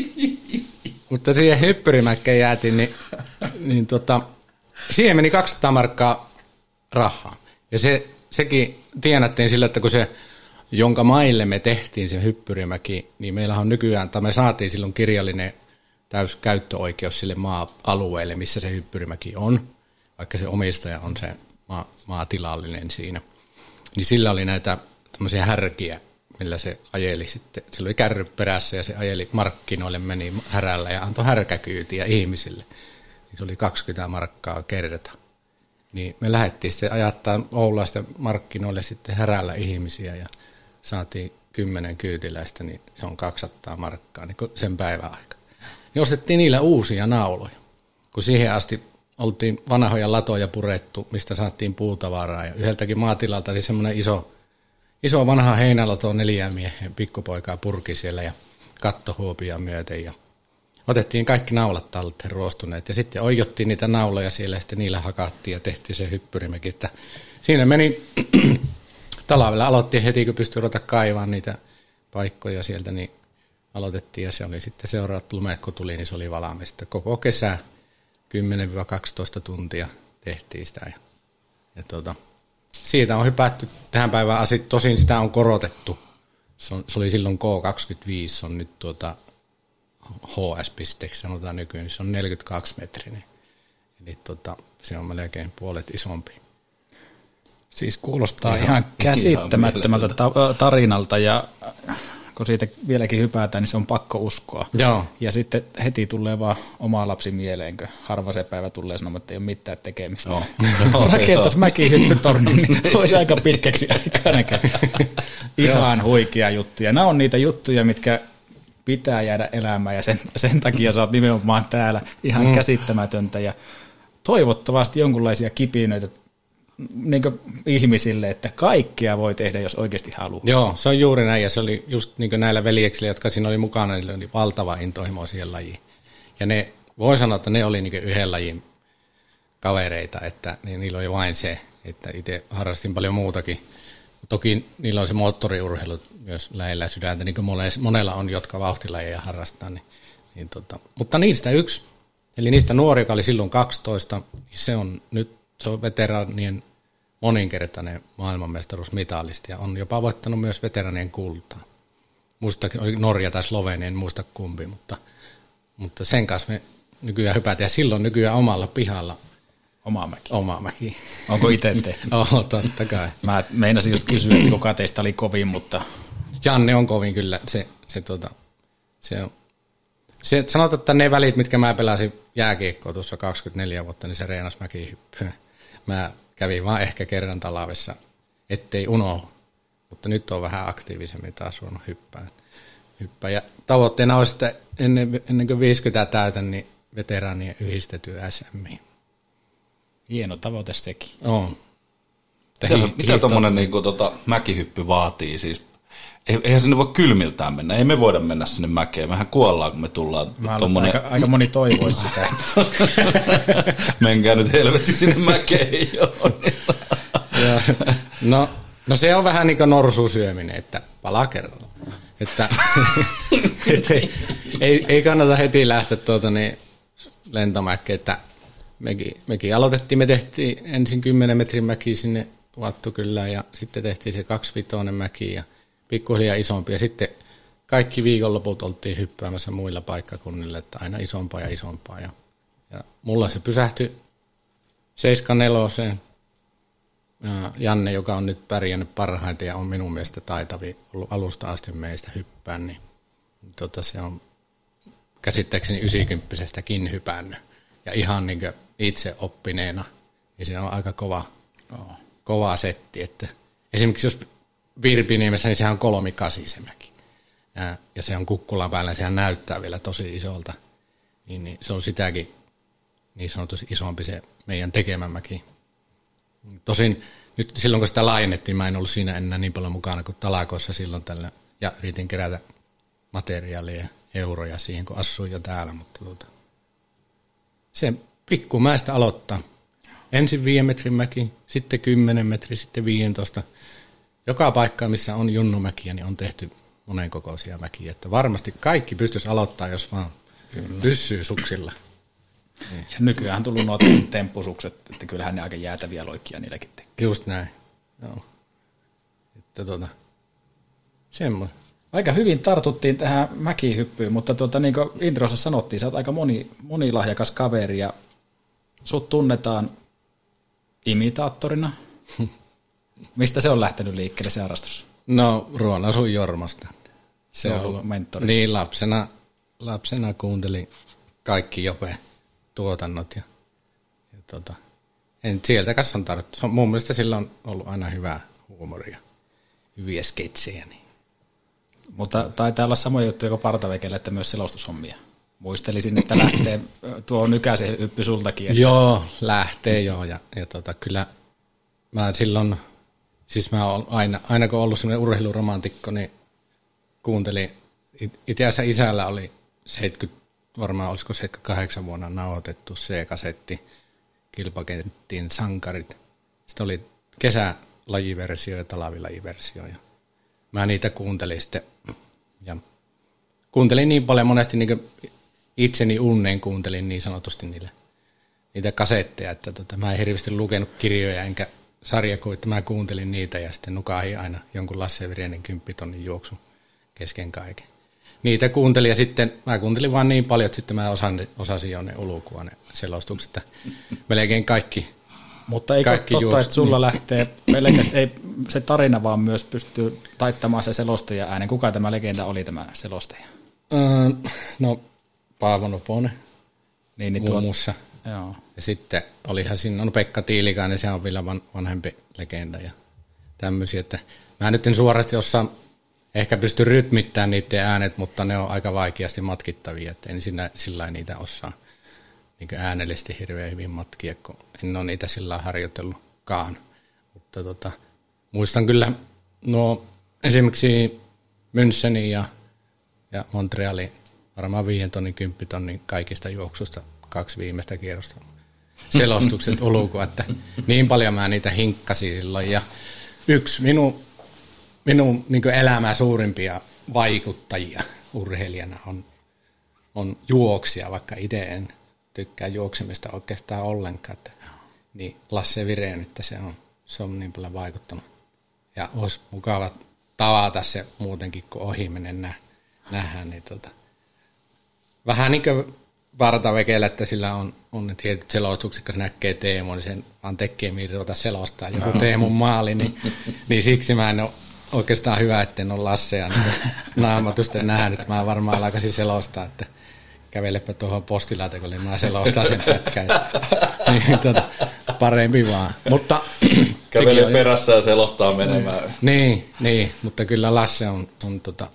mutta siihen hyppyrimäkkeen jäätiin, niin, niin tota, siihen meni kaksisataa markkaa rahaa. Ja se, sekin tienattiin sillä, että kun se... jonka maille me tehtiin se hyppyrimäki, niin meillä on nykyään, tai me saatiin silloin kirjallinen täyskäyttöoikeus sille maa-alueelle, missä se hyppyrimäki on, vaikka se omistaja on se maa, maatilallinen siinä. Niin sillä oli näitä tämmöisiä härkiä, millä se ajeli sitten, sillä oli kärry perässä ja se ajeli markkinoille, meni härällä ja antoi härkäkyytiä ihmisille. Niin se oli kaksikymmentä markkaa kerta. Niin me lähdettiin sitten ajattaa Oulaisten markkinoille sitten härällä ihmisiä ja saatiin kymmenen kyytiläistä, niin se on kaksisataa markkaa niin sen päivän aikana. Niin ostettiin niillä uusia nauloja, kun siihen asti oltiin vanhoja latoja purettu, mistä saatiin puutavaraa. Ja yhdeltäkin maatilalta oli semmoinen iso, iso vanha heinälato neljän miehen pikkupoikaa purki siellä ja kattohuopia myöten. Ja otettiin kaikki naulat talteen ruostuneet ja sitten oijottiin niitä nauloja siellä ja sitten niillä hakattiin ja tehtiin se hyppyrimäki. Että siinä meni... Talvella aloittiin heti, kun pystyi ruveta kaivaa niitä paikkoja sieltä, niin aloitettiin ja se oli sitten seuraavat lumet, kun tuli, niin se oli valmista. Koko kesä kymmenen kaksitoista tuntia tehtiin sitä ja, ja tuota, siitä on hypätty tähän päivään asti. Tosin sitä on korotettu. Se, on, se oli silloin K kaksikymmentäviisi, se on nyt tuota H S-pisteeksi sanotaan nykyään, niin se on neljäkymmentäkaksi metrinen. Eli tuota, se on melkein puolet isompi. Siis kuulostaa ihan, ihan käsittämättömältä ihan tarinalta ja kun siitä vieläkin hypätään, niin se on pakko uskoa. Joo. Ja sitten heti tulee vaan oma lapsi mieleen, kun harva se päivä tulee sanomaan, että ei ole mitään tekemistä. No. Rakentaisi mäkihyppytornin, niin olisi aika pitkäksi aikaa. Ihan huikea juttuja. Nämä on niitä juttuja, mitkä pitää jäädä elämään ja sen, sen takia sä oot nimenomaan täällä ihan mm. käsittämätöntä ja toivottavasti jonkunlaisia kipinöitä niin kuin ihmisille, että kaikkea voi tehdä, jos oikeasti haluaa. Joo, se on juuri näin, ja se oli just niin kuin näillä veljeksillä, jotka siinä oli mukana, niillä oli valtava intohimo siihen lajiin. Ja ne, voin sanoa, että ne oli niin kuin yhden lajin kavereita, että niin niillä oli vain se, että itse harrastin paljon muutakin. Toki niillä on se moottoriurheilu myös lähellä sydäntä, niin kuin monella on, jotka vauhtilajeja harrastaa. Niin, niin tota. Mutta niistä yksi, eli niistä nuori, joka oli silloin kaksitoista, se on nyt se on veteraanien moninkertainen maailmanmestaruusmitalisti ja on jopa voittanut myös veteraanien kultaa. Muistakin oli Norja tai Slovenia, en muista kumpi, mutta, mutta sen kanssa me nykyään hypätään. Ja silloin nykyään omalla pihalla. Oma mäki. Oma mäki. Onko itse tehty? Oho, totta kai. Mä meinasin just kysyä, että kuka teistä oli kovin, mutta... Janne on kovin kyllä. Se, se, tuota, se on. Se, sanotaan, että ne välit, mitkä mä pelasin jääkiekkoa tuossa kaksikymmentäneljä vuotta, niin se reenasi mäkihyppyä. Mä kävin vaan ehkä kerran talvessa, ettei unohdu. Mutta nyt on vähän aktiivisemmin taas ruvennut hyppää. hyppää. Ja tavoitteena olisi, että ennen, ennen kuin viisikymmentä täytän, niin veteraanien yhdistetty S M I. Hieno tavoite sekin. On. Mitä, se, mitä tuommoinen niinku, tota, mäkihyppy vaatii? Siis, eihän sinne voi kylmiltään mennä. Ei me voida mennä sinne mäkeen. Mehän kuollaan, kun me tullaan. Tommonen... Aika, aika moni toivoisi sitä. Menkää nyt helvetti sinne mäkeen. no, no se on vähän niin kuin norsusyöminen, että pala kerralla. Että, et ei, ei, ei kannata heti lähteä tuota niin lentomäkeen, että mekin, mekin aloitettiin, me tehtiin ensin kymmenen metrin mäki sinne Vattokylään ja sitten tehtiin se kaksivitoinen mäki ja pikkuhiljaa isompi ja sitten kaikki viikonloput oltiin hyppäämässä muilla paikkakunnilla, että aina isompaa ja isompaa ja, ja mulla se pysähtyi seitsemän ja Janne, joka on nyt pärjännyt parhaiten ja on minun mielestä taitavi ollut alusta asti meistä hyppään, niin tota, se on käsittääkseni ysikymppisestäkin hypännyt. Ja ihan niin kuin itse oppineena, niin se on aika kova, oh. kova setti. Että esimerkiksi jos Virpiniemessä, niin sehän on kolmikasi se mäki. Ja, ja se on Kukkulan päällä, niin sehän näyttää vielä tosi isolta. Niin, niin se on sitäkin niin sanotusti isompi se meidän tekemä mäki. Tosin nyt silloin, kun sitä laajennettiin, mä en ollut siinä enää niin paljon mukana kuin talakoissa silloin tällä. Ja yritin kerätä materiaalia ja euroja siihen, kun asuin jo täällä. Mutta tuota, se pikkumäestä aloittaa. Ensin viiden metrin mäki, sitten kymmenen metri, sitten viisitoista. Joka paikka, missä on junnumäkiä, niin on tehty monenkokoisia mäkiä. Että varmasti kaikki pystyisi aloittaa, jos vaan Kyllä. pysyy suksilla. Niin. Ja nykyään on tullut nuo temppusukset, että kyllähän ne aika jäätäviä loikkia niilläkin tekee. Just näin. Joo. Että tuota, semmoinen. Aika hyvin tartuttiin tähän mäkihyppyyn, mutta tuota, niin kuin introssa sanottiin, sä oot aika moni, monilahjakas kaveri ja sut tunnetaan imitaattorina. Mistä se on lähtenyt liikkeelle se harrastus? No Ruonasun Jormasta. Se on ollut mentori. Niin, lapsena, lapsena kuuntelin kaikki Jope tuotannot ja, ja tota, en, sieltä kanssa on tarttu. Mun mielestä sillä on ollut aina hyvää huumoria, hyviä sketsejä. Niin. Mutta taitaa olla sama juttu kuin Partavekelle, että myös selostushommia. Muistelisin, että lähtee tuo nykäisen hyppy sultakin. Että... Joo, lähtee joo. Ja, ja tota, kyllä mä silloin, siis mä oon aina, aina kun ollut semmoinen urheiluromantikko, niin kuuntelin, itse asiassa isällä oli seitsemänkymmentä, varmaan olisiko seitsemänkymmentäkahdeksan vuonna nauhoitettu C-kasetti, kilpakenttiin sankarit. Sitten oli kesälajiversio ja talvilajiversio. Ja mä niitä kuuntelin sitten. Ja kuuntelin niin paljon monesti niin kuin itseni unneen kuuntelin niin sanotusti niille, niitä kasetteja, että tota, mä en hirveästi lukenut kirjoja enkä sarjakuvia, että mä kuuntelin niitä ja sitten nukahin aina jonkun Lasse Virenen kymppitonnin juoksu kesken kaiken. Niitä kuuntelin ja sitten mä kuuntelin vaan niin paljon, että sitten mä osasin, osasin jo ne ulkoa ne selostukset, että melkein kaikki. Mutta eikö kaikki totta, juoksu, että sulla niin. lähtee pelkästään, ei se tarina vaan myös pystyy taittamaan se selostaja äänen. Kuka tämä legenda oli tämä selostaja? Öö, no Paavo Noponen niin, niin muun muassa. Joo. Ja sitten olihan siinä, no Pekka Tiilikainen, se on vielä van, vanhempi legenda ja tämmöisiä, että mä nyt en suorasti osaa, ehkä pysty rytmittämään niiden äänet, mutta ne on aika vaikeasti matkittavia, että en sinä, sillä niitä osaa niin äänellisesti hirveän hyvin matkia, kun en ole niitä sillä harjoitellutkaan. Mutta tota, muistan kyllä, no esimerkiksi Münchenin ja, ja Montrealin varmaan viiden tonnin, kymppitonnin kaikista juoksusta kaksi viimeistä kierrosta selostukset ulkoa, että niin paljon mä niitä hinkkasin silloin. Ja yksi minun, minun niin elämää suurimpia vaikuttajia urheilijana on, on juoksija, vaikka itse en tykkää juoksemista oikeastaan ollenkaan. Että, niin Lasse Vireen, että se on, se on niin paljon vaikuttanut. Ja olisi mukava tavata se muutenkin, kun ohi menen nähdään. Niin tota, vähän niin kuin Partavekellä, että sillä on, on ne tietyt selostukset, kun se näkee Teemu, niin sen vaan tekee mihin ruveta selostaa joku Teemun maali, niin, niin siksi mä en ole oikeastaan hyvä, etten ole Lassea niin naamatusten nähnyt. Mä varmaan alkaisin selostaa, että kävelepä tuohon postilaatikolle, niin mä selostan sen pätkän. Niin, tota, parempi vaan. Mutta kävelee perässä ja selostaa menemään. Niin, niin, mutta kyllä Lasse on, on tota,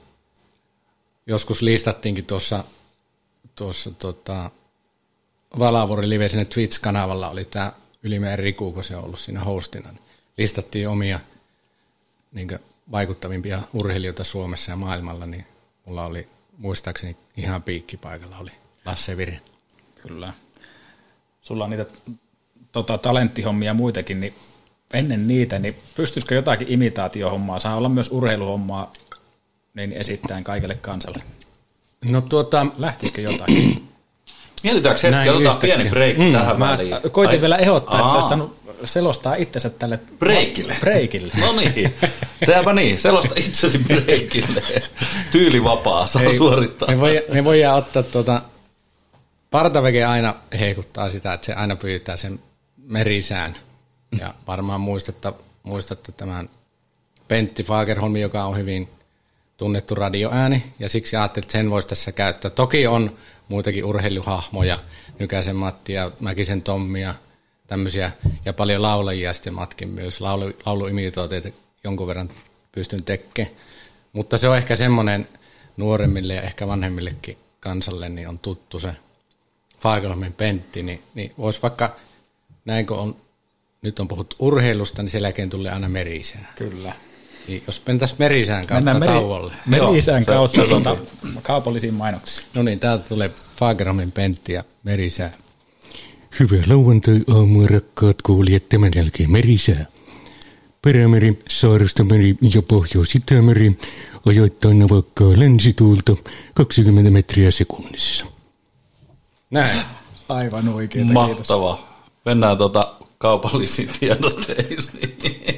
joskus listattiinkin tuossa tuossa tota, Valavuori Live sinne Twitch-kanavalla oli tämä Ylimäen Riku, kun se on ollut siinä hostina. Niin listattiin omia niin kuin vaikuttavimpia urheilijoita Suomessa ja maailmalla, niin mulla oli muistaakseni ihan piikkipaikalla oli Lasse Viren. Kyllä. Sulla on niitä tota, talenttihommia muitakin, niin ennen niitä, niin pystyisikö jotakin imitaatiohommaa, saa olla myös urheiluhommaa, niin esittäen kaikelle kansalle? No tuota... Lähtisikö jotakin? Mietitäänkö hetki, otetaan pieni break mm, tähän väliin. Koitin Ai. vielä ehdottaa, että sä olisi saanut selostaa itsensä tälle breikille. breikille. No niin, tehdäänpä niin, selosta itsesi breikille. Tyylivapaa, saa Ei, suorittaa. Me, voi, me voidaan ottaa tuota, partaveke aina heikuttaa sitä, että se aina pyytää sen merisään. Ja varmaan muistatte, muistatte tämän Pentti Fagerholmi, joka on hyvin tunnettu radioääni, ja siksi ajattelin, että sen voisi tässä käyttää. Toki on muitakin urheiluhahmoja, Nykäsen Matti ja Mäkisen Tommi ja tämmöisiä, ja paljon laulajia sitten matkin myös. Laulu, lauluimitoiteita jonkun verran pystyn tekemään. Mutta se on ehkä semmoinen nuoremmille ja ehkä vanhemmillekin kansalle, niin on tuttu se Fagerholmin Pentti, niin, niin voisi vaikka, näin kun on, nyt on puhuttu urheilusta, niin sen jälkeen tulee aina merisään. Kyllä. Niin jos mentäisiin merisään kautta Mennään meri, tauolle. Merisään Joo, kautta tuota, kaupallisiin mainoksiin. No niin, täältä tulee Fagerholmin Pentti ja merisää. Hyvää lauantai-aamua, rakkaat kuulijat, tämän jälkeen merisää. Perämeri, Saaristomeri ja Pohjois-Itämeri ajoittain navakkaa länsituulta kaksikymmentä metriä sekunnissa. Näin. Aivan oikein. Mahtavaa. Kiitos. Mennään tuota kaupallisiin tiedotteisiin.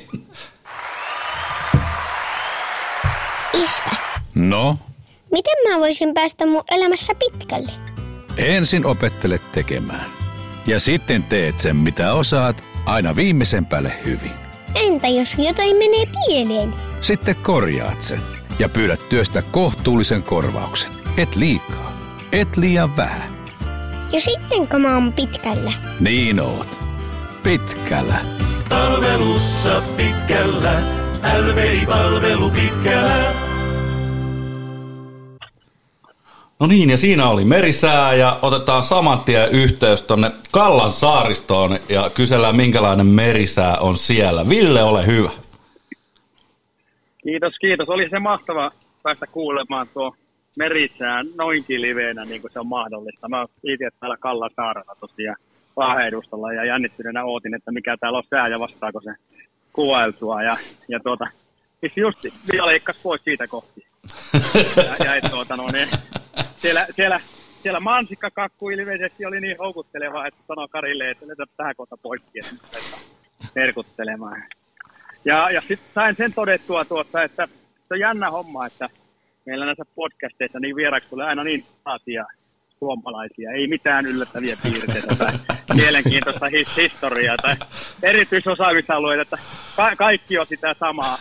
Iskä. No? Miten mä voisin päästä mun elämässä pitkälle? Ensin opettele tekemään. Ja sitten teet sen, mitä osaat, aina viimeisen päälle hyvin. Entä jos jotain menee pieleen? Sitten korjaat sen ja pyydät työstä kohtuullisen korvauksen. Et liikaa, et liian vähän. Ja sittenkö mä oon pitkällä? Niin oot. Pitkällä. Palvelussa pitkällä. L V I-palvelu pitkällä. No niin, ja siinä oli merisää, ja otetaan saman tien yhteys tuonne Kallan saaristoon, ja kysellään, minkälainen merisää on siellä. Ville, ole hyvä. Kiitos, kiitos. Oli se mahtava päästä kuulemaan tuo merisään noinkin liveenä, niin kuin se on mahdollista. Mä oon itse täällä Kallan saarella tosiaan Lahden-edustalla, ja jännittyneenä ootin, että mikä täällä on sää, ja vastaako se kuvailtua. Ja, ja tuota, siis just vielä leikkasi pois siitä kohti. Ja, ja tuota, no, niin, siellä, siellä, siellä mansikkakakku ilmeisesti oli niin houkutteleva, että sanoi Karille, että letä tähän kohta poikki, että merkuttelemaan. Ja, ja sitten sain sen todettua tuossa, että se on jännä homma, että meillä näissä podcasteissa niin vieraksi tulee aina niin asia suomalaisia. Ei mitään yllättäviä piirteitä tai mielenkiintoista his- historiaa tai erityisosaamisalueita, että ka- kaikki on sitä samaa.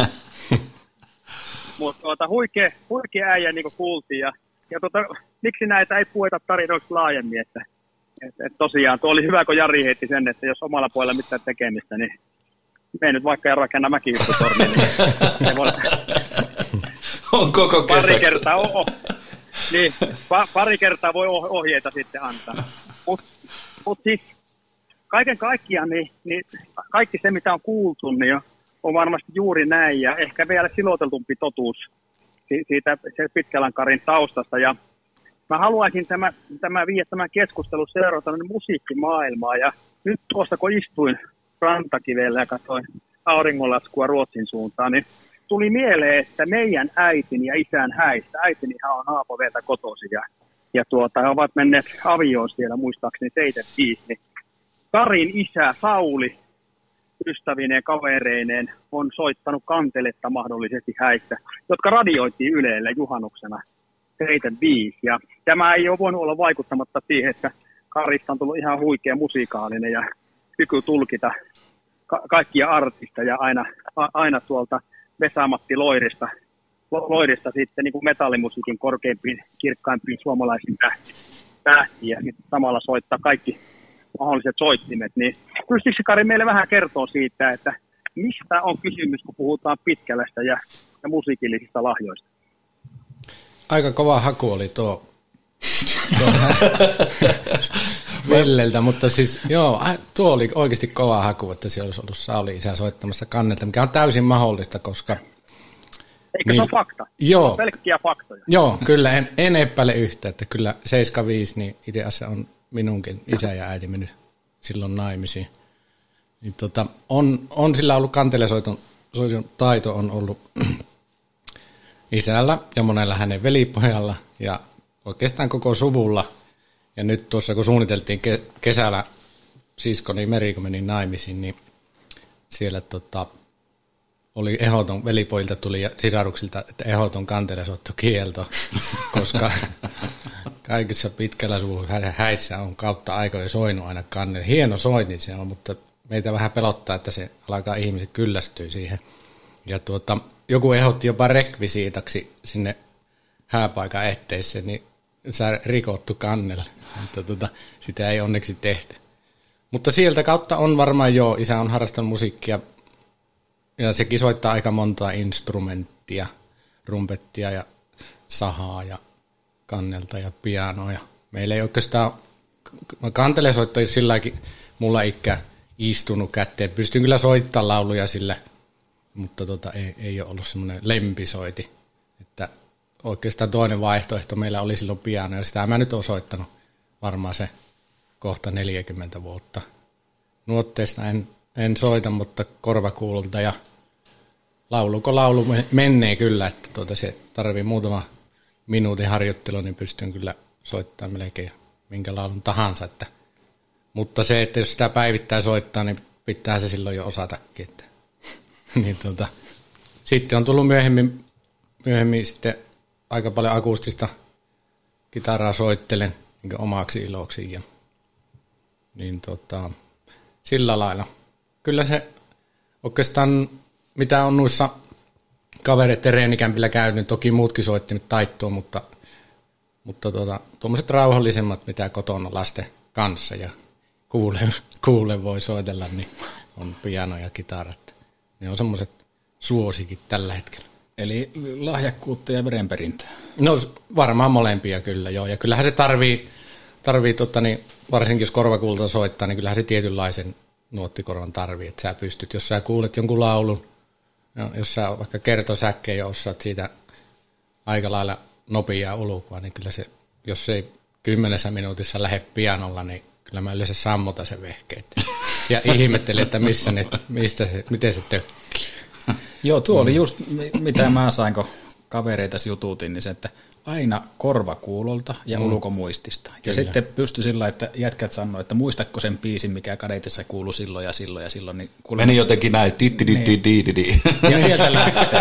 Mutta tuota, huikea, huikea äijä, niin kuin kuultiin. Ja, ja tuota, miksi näitä ei pueta tarinoiksi laajemmin? Että, et, et tosiaan, tuo oli hyvä, kun Jari heitti sen, että jos omalla puolella mitään tekemistä, niin mene nyt vaikka ja rakenna mäkiyhtötorni. Niin voi... on koko kesäksi. Pari kertaa, oh, oh. Niin, pa, pari kertaa voi ohjeita sitten antaa. Mutta mut siis kaiken kaikkiaan, niin, niin kaikki se, mitä on kuultu, niin on varmasti juuri näin, ja ehkä vielä siloteltumpi totuus siitä Pitkälän Karin taustasta. Ja mä haluaisin tämä, tämä viedä tämän keskustelun seurata musiikkimaailmaa, ja nyt tuossa kun istuin rantakivellä ja katsoin auringonlaskua Ruotsin suuntaan, niin tuli mieleen, että meidän äitini ja isän häistä, äitinihan on Haapaveeltä kotoisin, ja, ja tuota, he ovat menneet avioon siellä muistaakseni seitsemänkymmentäviisi, niin Karin isä Sauli ystävineen, kavereineen on soittanut kanteletta mahdollisesti häistä, jotka radioitiin Ylelle juhannuksena seitsemänkymmentäviisi. Ja tämä ei ole voinut olla vaikuttamatta siihen, että Karista on tullut ihan huikea musiikaalinen ja kyky tulkita ka- kaikkia artisteja aina, a- aina tuolta Vesa-Matti Loirista, Loirista sitten niin kuin metallimusiikin korkeimpiin, kirkkaimpiin suomalaisiin tähtiin ja samalla soittaa kaikki mahdolliset soittimet, niin pystyykö Kari meille vähän kertoa siitä, että mistä on kysymys, kun puhutaan Pitkälästä ja, ja musiikillisista lahjoista? Aika kova haku oli tuo. tuo Villeltä, mutta siis joo, tuo oli oikeasti kova haku, että siellä olisi ollut Sauli-isä soittamassa kannelta, mikä on täysin mahdollista, koska... Eikö niin, se ole fakta? Joo. On pelkkiä faktoja. Joo, kyllä, en, en epäile yhtä, että kyllä seitsemänkymmentäviisi, niin itse asiassa on minunkin isä ja äiti mennyt silloin naimisiin. Niin tota, on, on sillä ollut kantelesoiton soiton taito on ollut isällä ja monella hänen velipojalla ja oikeastaan koko suvulla. Ja nyt tuossa kun suunniteltiin ke- kesällä siskoni Meri, kun meni naimisiin, niin siellä tota, oli ehdoton, velipojilta tuli ja sisaruksilta, että ehdoton kantelesoittokielto, koska kaikissa pitkällä suvun häissä on kautta aikoja soinut aina kannelle. Hieno soitin se on, mutta meitä vähän pelottaa, että se alkaa ihmiset kyllästyä siihen. Ja tuota, joku ehdotti jopa rekvisiitaksi sinne hääpaikan etteeseen, niin sä rikottu kannella. Mutta tuota, sitä ei onneksi tehty. Mutta sieltä kautta on varmaan joo, isä on harrastanut musiikkia ja sekin soittaa aika montaa instrumenttia, rumpettia ja sahaa ja kannelta ja pianoa. Meillä ei oikeastaan, kantelesoitto ei silläkin mulla ikään istunut kätteen. Pystyn kyllä soittamaan lauluja sillä, mutta tota, ei, ei ole ollut semmoinen lempisoiti. Että oikeastaan toinen vaihtoehto meillä oli silloin piano, ja sitä mä nyt olen soittanut varmaan se kohta neljäkymmentä vuotta. Nuotteista en, en soita, mutta korvakuulolta ja lauluko laulu menee kyllä, että tuota se tarvii muutama minuutin harjoittelu, niin pystyn kyllä soittamaan melkein minkä laulun tahansa. Että, mutta se, että jos sitä päivittää soittaa, niin pitää se silloin jo osatakin. Että, niin tuota, sitten on tullut myöhemmin, myöhemmin sitten aika paljon akustista kitaraa soittelen niin omaksi iloksi. Ja, niin tota, sillä lailla. Kyllä se oikeastaan, mitä on noissa kavereiden reenikämpillä käynyt, toki muutkin soittimet taittoon, mutta, mutta tuota, tuommoiset rauhallisemmat, mitä kotona lasten kanssa ja kuule, kuule voi soitella, niin on piano ja kitarat. Ne on semmoiset suosikin tällä hetkellä. Eli lahjakkuutta ja verenperintää. No varmaan molempia kyllä, joo. Ja kyllähän se tarvii, tarvii totta, niin, varsinkin jos korvakuulta soittaa, niin kyllähän se tietynlaisen nuottikorvan tarvii. Että sä pystyt, jos sä kuulet jonkun laulun, no, jos sä vaikka kertosäkkeen ja osaat siitä aika lailla nopeaa ulkoa, niin kyllä se, jos ei kymmenessä minuutissa lähde pianolla, niin kyllä mä yleensä sammota sen vehkeet. Ja ihmettelen, että missä ne, mistä se, miten se tökkii. Joo, tuo oli just mitä mä sain, kun kavereita jututin, niin se, että aina korvakuulolta ja mm. ulkomuistista. Ja kyllä. Sitten pystyi sillä, että jätkät sanoi, että muistatko sen biisin, mikä Kadetissa kuului silloin ja silloin ja silloin. Niin kuule... Meni jotenkin näin. Niin. Ja sieltä lähtee.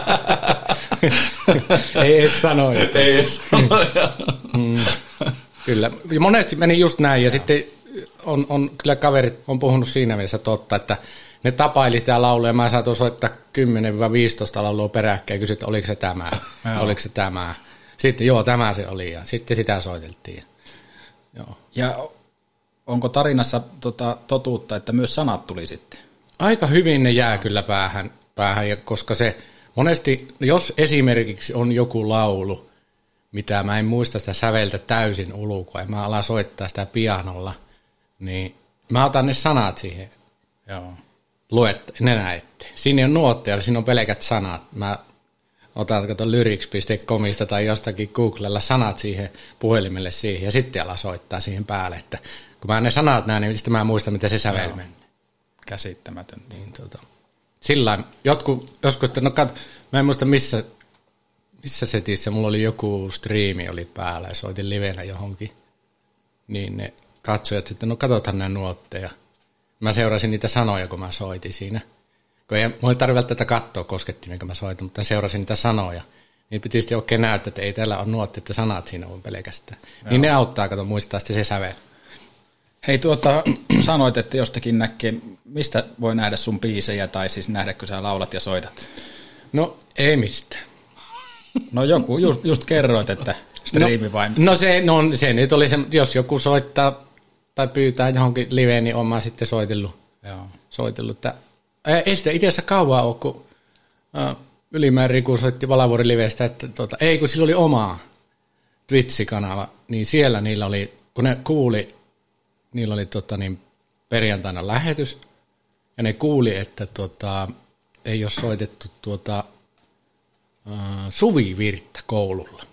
Ei edes sano. Ei edes sano. mm. Kyllä. Monesti meni just näin ja sitten on, on kyllä kaverit on puhunut siinä mielessä totta, että ne tapaili sitä laulua ja mä saatoin soittaa kymmenen viisitoista laulua peräkkäin ja kysyä, että oliko se tämä, oliko se tämä. Sitten joo, tämä se oli ja sitten sitä soiteltiin. Joo. Ja onko tarinassa tota, totuutta, että myös sanat tuli sitten? Aika hyvin ne jää kyllä päähän, päähän ja koska se monesti, jos esimerkiksi on joku laulu, mitä mä en muista sitä säveltä täysin ulkoa ja mä alan soittaa sitä pianolla, niin mä otan ne sanat siihen. Joo. Luet nenä eteen. Siinä on nuotteja, siinä on pelkät sanat. Mä otan kato lyrics piste comista tai jostakin Googlella sanat siihen puhelimelle siihen ja sitten ala soittaa siihen päälle. Että kun mä ne sanat näen, niin sitten mä muistan, miten se sävel no. meni. Käsittämätöntä. Niin, tuota. Sillain, jotkut, joskus, no kat, mä en muista missä, missä setissä, mulla oli joku striimi oli päällä ja soitin livenä johonkin. Niin ne katsojat sitten, no katsothan nämä nuotteja. Mä seurasin niitä sanoja, kun mä soitin siinä. Kun ei, mulla ei tarvitse välttämättä katsoa koskettimia, kun mä soitin, mutta seurasin niitä sanoja. Niin piti sitten oikein näyttää, että ei täällä ole nuotti, että sanat siinä on pelkästään. Joo. Niin ne auttaa, kato muistaa sitten se sävel. Hei tuota, sanoit, että jostakin näkee, mistä voi nähdä sun biisejä, tai siis nähdä, kun sä laulat ja soitat? No ei mistään. No joku, just, just kerroit, että striimi vai? No, no se, no, se nyt oli se, jos joku soittaa tai pyytää johonkin liveen, niin olen mä sitten soitellut. Joo. soitellut. Että, ei sitä itse asiassa kauan ole, kun äh, Ylimäen Riku soitti Valavuori livestä, että tuota, ei kun sillä oli oma Twitch-kanava, niin siellä niillä oli, kun ne kuuli niillä oli tota, niin, perjantaina lähetys, ja ne kuuli, että tota, ei ole soitettu tuota, uh, suvivirttä koululla.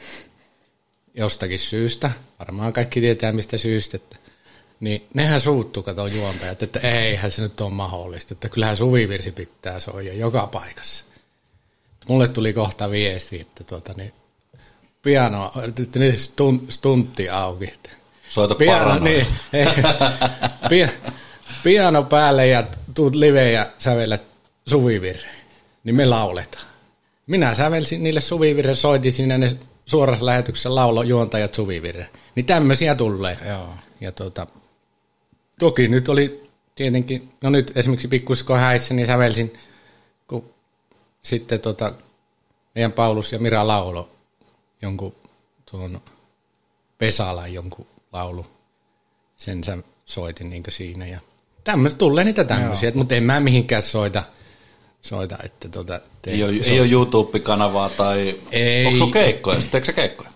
Jostakin syystä, varmaan kaikki tietää mistä syystä, että, niin nehän suuttu, kato juontajat, että eihän se nyt ole mahdollista, että kyllähän suvivirsi pitää soija joka paikassa. Mulle tuli kohta viesti, että tuota, niin, piano, että nyt stuntti auki. Että soita piano, paranoja. niin, ei, pia, piano päälle ja tuut liveen ja sävellet suvivirreen, niin me lauletaan. Minä sävelsin niille suvivirreen, soitin siinä ne suorassa lähetyksessä laulo juontajat suvivirreen. Niin tämmöisiä tulee. Joo. Ja tuota, toki nyt oli tietenkin, no nyt esimerkiksi Pikkusko häissä, niin sävelsin, kun sitten tota, meidän Paulus ja Mira laulo jonkun tuon Pesalan jonkun laulu. Sen sä soitin niin siinä. Ja tämmöistä, tulee niitä tämmöisiä, mutta en mä mihinkään soita. soita että tota, ei, ole, ei ole YouTube-kanavaa tai ei. Onko sun keikkoja? Teekö sä keikkoja?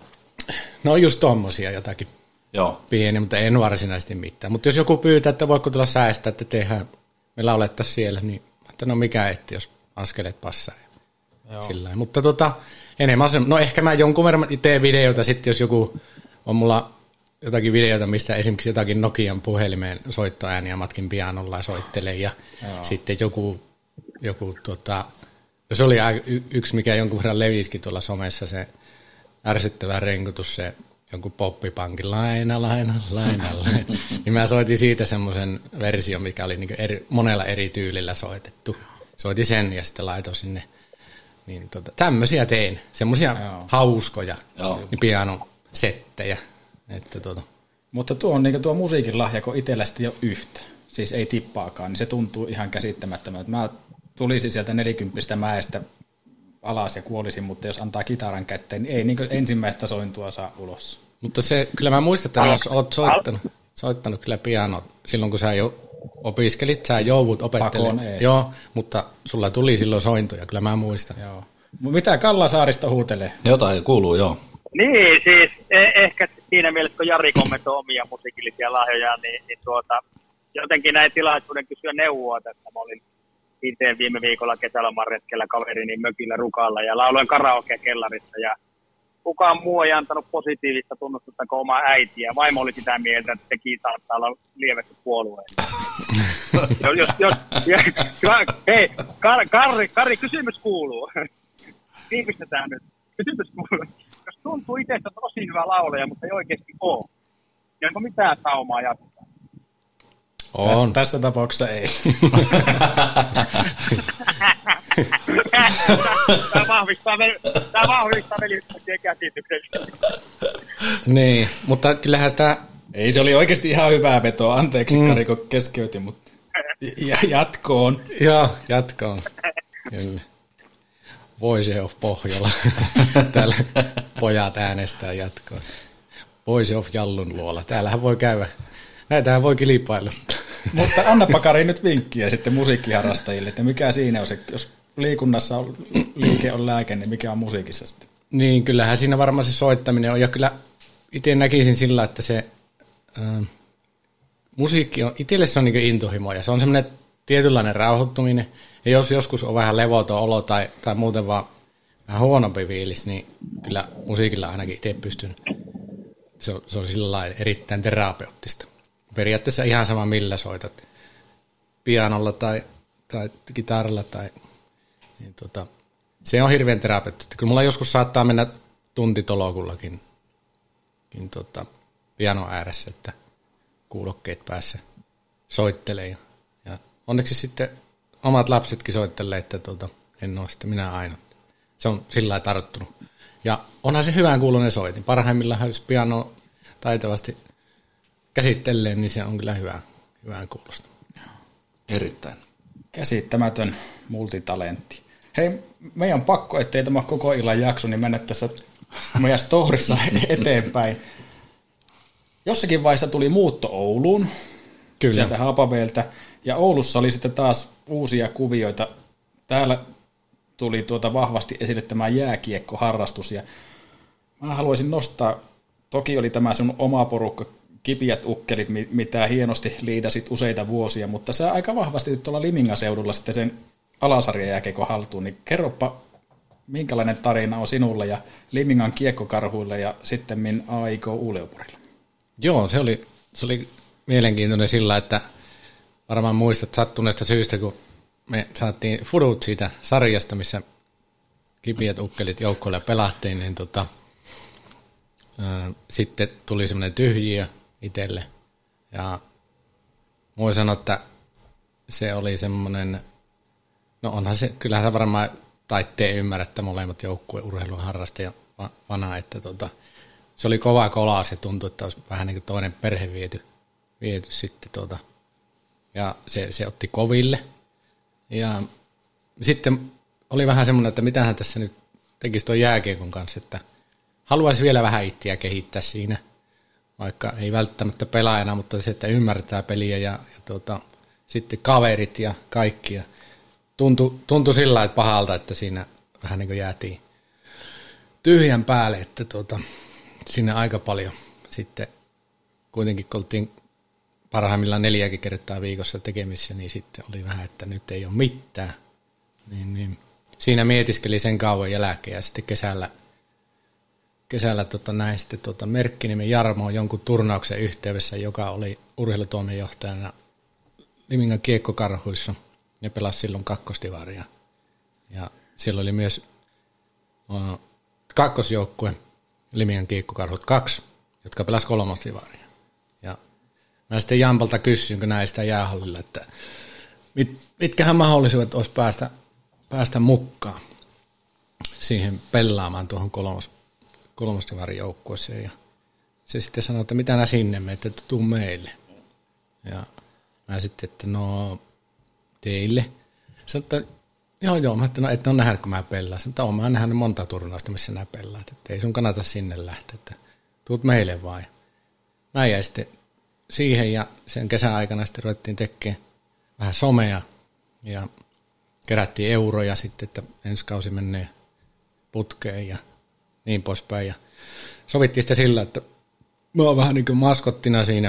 No just tommosia jotakin. Joo. Pieni, mutta en varsinaisesti mitään. Mutta jos joku pyytää, että voiko tulla säästää, että tehdään, me laulettaisiin siellä, niin että no mikä etti, jos askeleet passaa. Sillä mutta tota, enemmän se, no ehkä mä jonkun verran teen videoita sitten, jos joku on mulla jotakin videoita, mistä esimerkiksi jotakin Nokian puhelimeen soittoääniä matkin pianolla ja soittelee ja Joo. sitten joku, joku tota, se oli yksi, mikä jonkun verran leviskin tuolla somessa, se ärsyttävä renkutus, se jonkun poppipankin laina, laina, laina, laina. Niin mä soitin siitä semmoisen version, mikä oli niinku eri, monella eri tyylillä soitettu. Soitin sen ja sitten laitoin sinne. Niin tota, tämmöisiä tein, semmoisia hauskoja niin pianosettejä. Että tuota. Mutta tuo on niin tuo musiikin lahja, kun itsellä sitten ei ole yhtä, siis ei tippaakaan, niin se tuntuu ihan käsittämättömältä. Mä tulisin sieltä nelikymppistä mäestä alas ja kuolisin, mutta jos antaa kitaran kätteen, niin ei niin ensimmäistä sointua saa ulos. Mutta se, kyllä mä muistan, että jos oot soittanut, soittanut kyllä piano silloin, kun sä jo opiskelit, sä joudut opettelemaan. Joo, mutta sulla tuli silloin sointuja, kyllä mä muistan. Joo. Mitä Kalla Saaristo huutelee? Jotain kuuluu, joo. Niin, siis eh- ehkä siinä mielessä, kun Jari kommentoi omia musiikillisia lahjoja, niin, niin tuota, jotenkin näin tilaisuuden kysyä neuvoa tästä. Mä olin itse viime viikolla kesälomaretkellä kaverini mökillä Rukalla ja lauloin karaoke-kellarissa ja kukaan muu ei antanut positiivista tunnustusta kuin oma äiti ja vaimo oli sitä mieltä, että sekin saattaa olla lievästi puolueessa. jos, jos, jos, hei, Kari, Kari, Kari, kysymys kuuluu. Tiivistetään nyt. Kysymys kuuluu. Jos tuntuu itsestä tosi hyvä laulaja, mutta ei oikeasti ole, niin onko mitään saumaa jatkaa? On. Tässä tapauksessa ei. Tämä vahvistaa, tämä vahvistaa veliyttäjien käsityksen. Niin, mutta kyllähän sitä... Ei, se oli oikeasti ihan hyvää vetoa. Anteeksi, mm. Kari, kun keskeytin, mutta ja jatkoon. Joo, jatkoon. Kyllä. Voice of Pohjola. Täällä pojat äänestää jatkoon. Voice of Jallun luola. Täällähän voi käydä. Näitähän voi kilpailla. Mutta annapa Kari nyt vinkkiä sitten musiikkiharrastajille, että mikä siinä on se, jos liikunnassa on, liike on lääke, niin mikä on musiikissa sitten? Niin, kyllähän siinä varmaan se soittaminen on, ja kyllä itse näkisin sillä, että se äh, musiikki on, itselle se on niin kuin intohimo, ja se on semmoinen tietynlainen rauhoittuminen, ja jos joskus on vähän levoton olo tai, tai muuten vaan vähän huonompi fiilis, niin kyllä musiikilla ainakin itse pystyn, se on, se on sillä lailla erittäin terapeuttista. Periaatteessa ihan sama millä soitat, pianolla tai, tai kitaralla tai niin tota, se on hirveän terapeuttista. Kyllä mulla joskus saattaa mennä tuntitolokullakin niin tota, pianon ääressä, että kuulokkeet päässä soittelee. Ja, ja onneksi sitten omat lapsetkin soittelee, että tota, en ole sitten minä aina. Se on sillä lailla tarttunut. Ja onhan se hyvän kuuloinen soitin. Parhaimmillaan jos piano taitavasti käsittelee, niin se on kyllä hyvä, hyvän kuulosta. Erittäin. Käsittämätön multitalentti. Hei, meidän on pakko, ettei tämä koko illan jakso, niin mennä tässä meidän storissa eteenpäin. Jossakin vaiheessa tuli muutto Ouluun, kyllä, sieltä Haapaveeltä, ja Oulussa oli sitten taas uusia kuvioita. Täällä tuli tuota vahvasti esille tämä jääkiekkoharrastus, ja mä haluaisin nostaa, toki oli tämä sun oma porukka kipiät ukkelit, mitä hienosti liidasit useita vuosia, mutta sä aika vahvasti tuolla Limingan seudulla sitten sen alasarjan jääkiekon haltuun, niin kerropa, minkälainen tarina on sinulle ja Limingan kiekkokarhuille ja sitten A I K Uleåborille? Joo, se oli, se oli mielenkiintoinen sillä, että varmaan muistat sattuneesta syystä, kun me saatiin fudut siitä sarjasta, missä kipiät ukkelit joukkoille pelattiin, niin tota, ää, sitten tuli semmoinen tyhjiö itselle. Ja voi sanoa, että se oli semmoinen, no onhan se, kyllähän varmaan taitteen ymmärrättä molemmat joukkueen urheilun harrastajia vanha, että tota, se oli kova kolaa, se tuntui, että olisi vähän niin kuin toinen perhe viety, viety sitten tota, ja se, se otti koville. Ja sitten oli vähän semmoinen, että mitähän tässä nyt tekisi tuon jääkiekon kanssa, että haluaisi vielä vähän itseä kehittää siinä, vaikka ei välttämättä pelaajana, mutta se, että ymmärtää peliä ja, ja tuota, sitten kaverit ja kaikki. Ja tuntui, tuntui sillä että pahalta, että siinä vähän niin kuin jäätiin tyhjän päälle, että tuota, sinne aika paljon sitten kuitenkin kun oltiin parhaimmillaan neljäkin kertaa viikossa tekemisissä, niin sitten oli vähän, että nyt ei ole mitään. Niin, niin. Siinä mietiskeli sen kauan jälkeen ja sitten kesällä, kesällä tota, näin sitten tota, merkkinimen Jarmo jonkun turnauksen yhteydessä, joka oli urheilutoimenjohtajana Limingan kiekkokarhuissa ja pelasi silloin kakkostivaria. Ja siellä oli myös uh, kakkosjoukkue Limingan kiekkokarhut kaksi, jotka pelasi kolmostivaria. Ja mä sitten Jampalta kysyin, kun näin sitä jäähallilla, että mit, mitkähän mahdollisuudet olisi päästä, päästä mukaan siihen pelaamaan tuohon kolmos, kolmostivarin joukkueeseen. Ja se sitten sanoi, että mitä nää sinne meet, että tuu meille. Ja mä sitten, että no teille. Sanoin, että joo joo, mä että no et ole nähnyt, kun mä pelaan. Sanoin, että oon mä nähnyt monta turnausta, missä nää pelaat. Että ei sun kannata sinne lähteä, että tuut meille vaan. Mä jäin sitten siihen ja sen kesän aikana sitten ruvettiin tekemään vähän somea ja kerättiin euroja sitten, että ensi kausi menee putkeen ja niin poispäin. Ja sovittiin sitten sillä, että mä oon vähän niin kuin maskottina siinä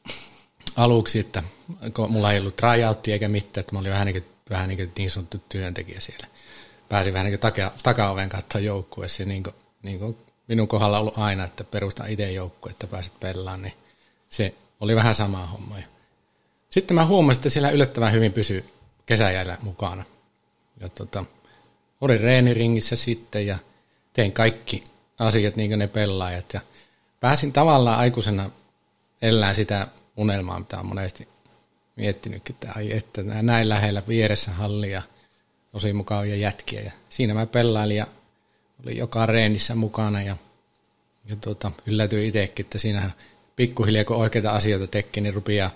aluksi, että mulla ei ollut tryouttia eikä mitään, että mä olin vähän niin kuin, vähän niin, kuin niin sanottu työntekijä siellä. Pääsin vähän niin kuin taka, takaoven katsoa joukkueessa ja niin kuin, niin kuin minun kohdalla on ollut aina, että perustan itse joukkue, että pääset pelaamaan, niin se oli vähän sama homma. Sitten mä huomasin, että siellä yllättävän hyvin pysyi kesäjäällä mukana. Ja tota, olin reeniringissä sitten ja tein kaikki asiat niin kuin ne pelaajat. Ja pääsin tavallaan aikuisena elään sitä unelmaa, mitä on monesti miettinytkin, että, ai, että näin lähellä vieressä hallia, tosi mukavia jätkiä. Ja siinä mä pelailin ja olin joka reenissä mukana ja, ja tuota, yllätyin itsekin, että siinähän pikkuhiljaa kun oikeita asioita teki, niin rupeaa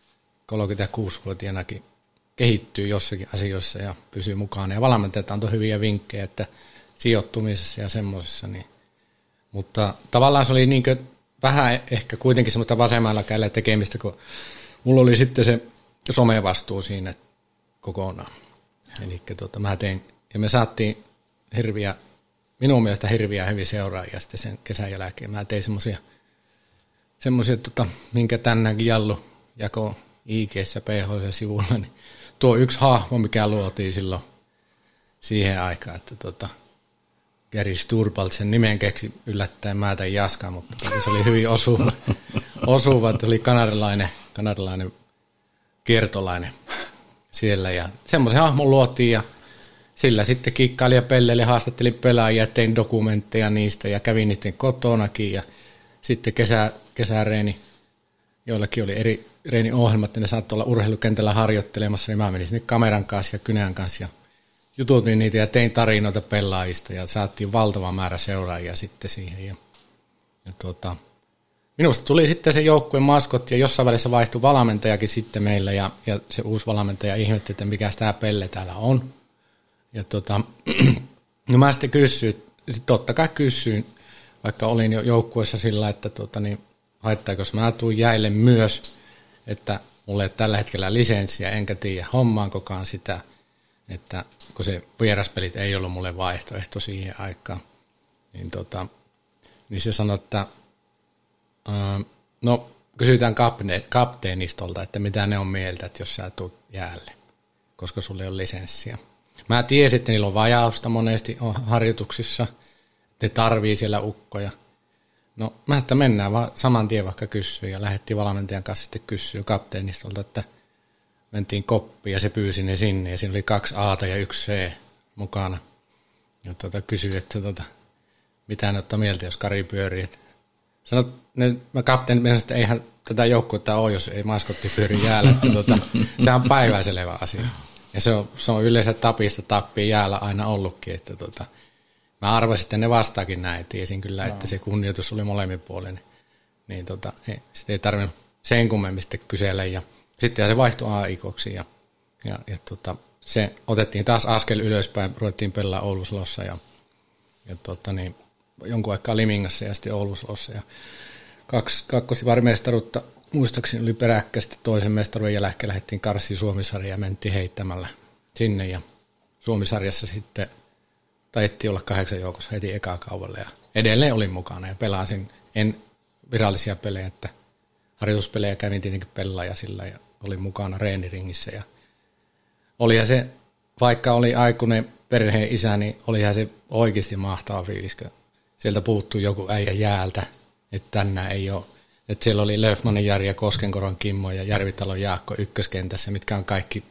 kolmekymmentäkuusivuotiaanakin kehittyy jossakin asioissa ja pysyy mukana. Ja valmentajat antoi hyviä vinkkejä, että sijoittumisessa ja semmoisessa. Niin. Mutta tavallaan se oli niin kuin vähän ehkä kuitenkin semmoista vasemmalla kädellä tekemistä, kun mulla oli sitten se somevastuu siinä kokonaan. Eli tuota, mä tein, ja me saattiin hirviä, minun mielestä hirviä hyvin seuraajia sitten sen kesän jälkeen. Mä tein semmoisia, semmoisia tota, minkä tänäänkin Jallu jako I G:ssä P H-sivulla, niin tuo yksi hahmo, mikä luotiin silloin siihen aikaan, että tota, Gary Sturpalt sen nimen keksi yllättäen mä tämän Jaska, mutta se oli hyvin osuva, osuva että oli kanadalainen, kanadalainen kiertolainen siellä ja semmoisen hahmon luotiin ja sillä sitten kikkaili ja pelleili, haastattelin pelaajia, tein dokumentteja niistä ja kävin niiden kotonakin ja sitten kesä, kesäreeni, joillakin oli eri reeniohjelmat, ja ne saattoi olla urheilukentällä harjoittelemassa, niin mä menin sinne kameran kanssa ja kynän kanssa ja jututin niitä ja tein tarinoita pelaajista ja saattiin valtava määrä seuraajia sitten siihen. Ja, ja tuota, minusta tuli sitten se joukkueen maskotti ja jossain välissä vaihtui valmentajakin sitten meillä ja, ja se uusi valmentaja ihmetti, että mikä tämä pelle täällä on. Ja tuota, no mä sitten kysyin, sitten totta kai kysyin, vaikka olin jo joukkueessa sillä, että tuota, niin, haittaako jos mä tuun jäille myös, että mulla ei ole tällä hetkellä lisenssiä, enkä tiedä hommaankokaan sitä, että kun se vieraspelit ei ollut mulle vaihtoehto siihen aikaan, niin, tota, niin se sanoi, että ää, no kysytään kapne, kapteenistolta, että mitä ne on mieltä, että jos sä tuut jäälle, koska sulla ei ole lisenssiä. Mä tiesin, että niillä on vajausta monesti harjoituksissa, että ne tarvii siellä ukkoja. No mä että mennään vaan saman tien vaikka kysyyn ja lähdettiin valmentajan kanssa sitten kysyä kapteenistolta, että mentiin koppiin ja se pyysi ne sinne ja siinä oli kaksi A:ta ja yksi C mukana. Ja tuota, kysyi, että tuota, mitä ne ottaa mieltä, jos Kari pyörii. Sanot, ne, mä kapteeni mennä, että eihän tätä joukkuetta ole, jos ei maskotti pyöri jäällä. Että, tuota, se on päiväselevä asia. Ja se on, se on yleensä tapista tappia jäällä aina ollutkin. Että, tuota, mä arvasin, että ne vastaakin näin. Tiesin kyllä, että se kunnioitus oli molemmin puolin. Niin tota, ei, sitten ei tarvinnut sen kummemmin sitten kysellä. Ja sitten se vaihtui A-ikoksi ja, ja, ja tota, se otettiin taas askel ylöspäin, ruvettiin pelaa Oulusalossa ja, ja tota, niin, jonkun aikaa Limingassa ja sitten Oulusalossa. Ja kaksi kakkosivaarimestaruutta muistaakseni oli peräkkäistä. Toisen mestaruuden jälkeen lähdettiin karssiin Suomisarjaan ja mentiin heittämällä sinne. Ja Suomisarjassa sitten taidettiin olla kahdeksan joukossa heti ekaa kaudella ja edelleen olin mukana ja pelasin en virallisia pelejä, että harjoituspelejä kävin tietenkin pelaajasilla ja olin mukana reeniringissä ja olihan se, vaikka oli aikuinen perheen isä, niin olihan se oikeasti mahtava fiilis, kun sieltä puuttui joku äijä jäältä, että tänään ei ole, että siellä oli Löfmanin Jari ja Koskenkoron Kimmo ja Järvitalon Jaakko ykköskentässä, mitkä on kaikki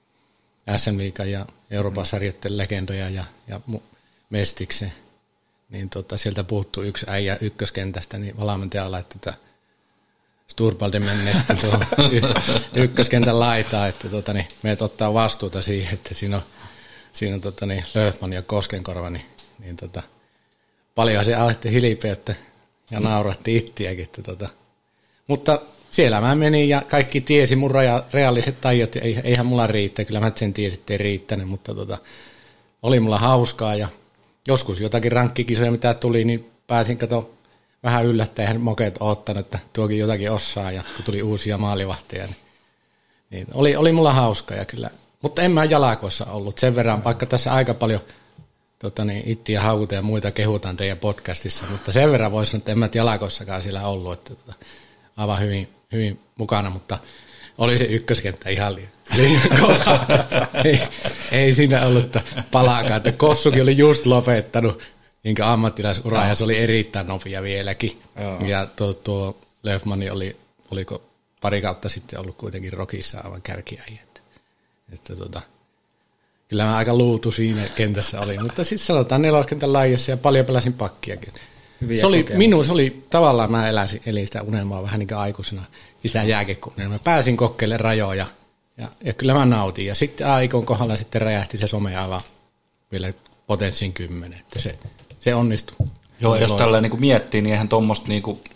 S M-liigan ja Euroopan sarjoiden legendoja ja, ja mestikse, niin tota, sieltä puuttui yksi äijä ykköskentästä, niin valmentaja laittoi tätä Sturbalden mennestä tuohon ykköskentän laitaa, että tota, niin, meidät ottaa vastuuta siihen, että siinä on, siinä on tota, niin, Löfman ja Koskenkorva, niin, niin tota, paljonhan se alettiin hilpeyttä ja nauratti ittiäkin. Että, tota, mutta siellä mä menin ja kaikki tiesi mun raja, reaaliset taidot, ja eihän mulla riittää, kyllä mä sen tiesin, että ei riittänyt, mutta tota, oli mulla hauskaa ja joskus jotakin rankkikisoja, mitä tuli, niin pääsin kato vähän yllättäen, eihän mokeet ottanut, että tuokin jotakin osaa, ja kun tuli uusia maalivahteja, niin, niin oli, oli mulla hauskaa ja kyllä. Mutta en mä jalakoissa ollut sen verran, vaikka tässä aika paljon tota niin, ittiä haukuta ja muita kehutaan teidän podcastissa, mutta sen verran voisi sanoa, että en mä jalakoissakaan siellä ollut, että tota, aivan hyvin, hyvin mukana, mutta oli se ykköskenttä ihan liian kova. ei, ei siinä ollut palaakaan, että Kossukin oli just lopettanut minkä ammattilaisuraa, no. Ja se oli erittäin nopea vieläkin. Joo. Ja tuo, tuo Löfmani oli, oliko pari kautta sitten ollut kuitenkin Rokissa aivan kärkiäjä. Että, että tota, kyllä mä aika luutu siinä kentässä oli, mutta siis sanotaan neloskentän laajassa ja paljon pelasin pakkiakin. Hyviä se oli, minun se oli, tavallaan mä eläsin, elin sitä unelmaa vähän niin kuin aikuisena, sitä jääkiekko-unelmaa. Mä pääsin kokeilemaan rajoja ja, ja kyllä mä nautin. Ja sitten Aikon kohdalla sitten räjähti se some aivan vielä potenssin kymmenen, että se, se onnistui. Joo, jos tälleen niin miettii, niin eihän tuommoista, niin kuin,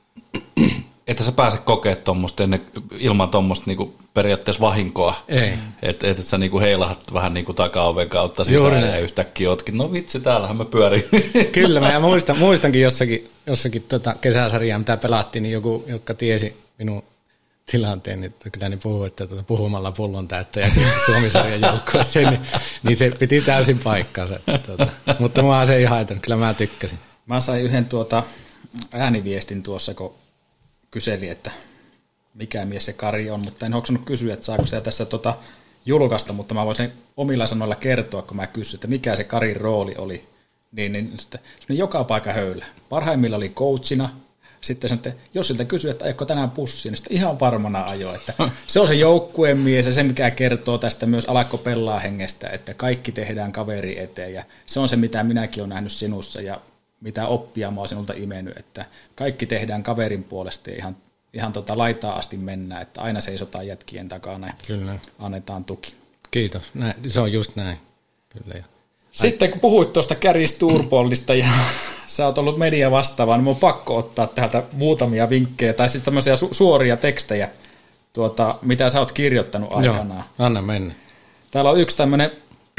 että sä pääset kokemaan tuommoista ilman tuommoista niin periaatteessa vahinkoa. Ei. Että et, et sä niin juuri vähän niin taka-oven kautta sisään ja yhtäkkiä ootkin, no vitsi, täällähän mä pyörin. Kyllä, mä muistan, muistankin jossakin, jossakin tota kesäsarjaa, mitä pelattiin, niin joku, joka tiesi minun tilanteen, niin kyllä ne puhuu, että tuota, puhumalla pullon täyttäjäkin Suomi-sarjan joukkueeseen, niin, niin se piti täysin paikkaansa. Että, tuota, mutta mua se ei haitannut, kyllä mä tykkäsin. Mä sain yhden tuota ääniviestin tuossa, kun kyseli, että mikä mies se Kari on, mutta en hoksannut kysyä, että saako se tässä tuota julkaista, mutta mä voisin omilla sanoilla kertoa, kun mä kysyin, että mikä se Karin rooli oli. Niin, niin sitten joka paikka höylä. Parhaimmilla oli coachina. Sitten sanoi, että jos siltä kysyy, että aiko tänään pussiin, niin sitten ihan varmana ajo. Että se on se joukkueen mies ja se, mikä kertoo tästä myös alakko pelaa hengestä, että kaikki tehdään kaveri eteen. Ja se on se, mitä minäkin olen nähnyt sinussa ja mitä oppia mä oon sinulta imennyt, että kaikki tehdään kaverin puolesta ja ihan, ihan tota laitaa asti mennään, että aina seisotaan jätkien takana ja kyllä. Annetaan tuki. Kiitos, näin, se on just näin. Kyllä. Ja sitten kun puhuit tuosta Gary Sturboldista ja sä oot ollut media vastaava, niin mun on pakko ottaa täältä muutamia vinkkejä, tai siis tämmöisiä su- suoria tekstejä, tuota, mitä sä oot kirjoittanut aikanaan. Joo, anna mennä. Täällä on yksi tämmöinen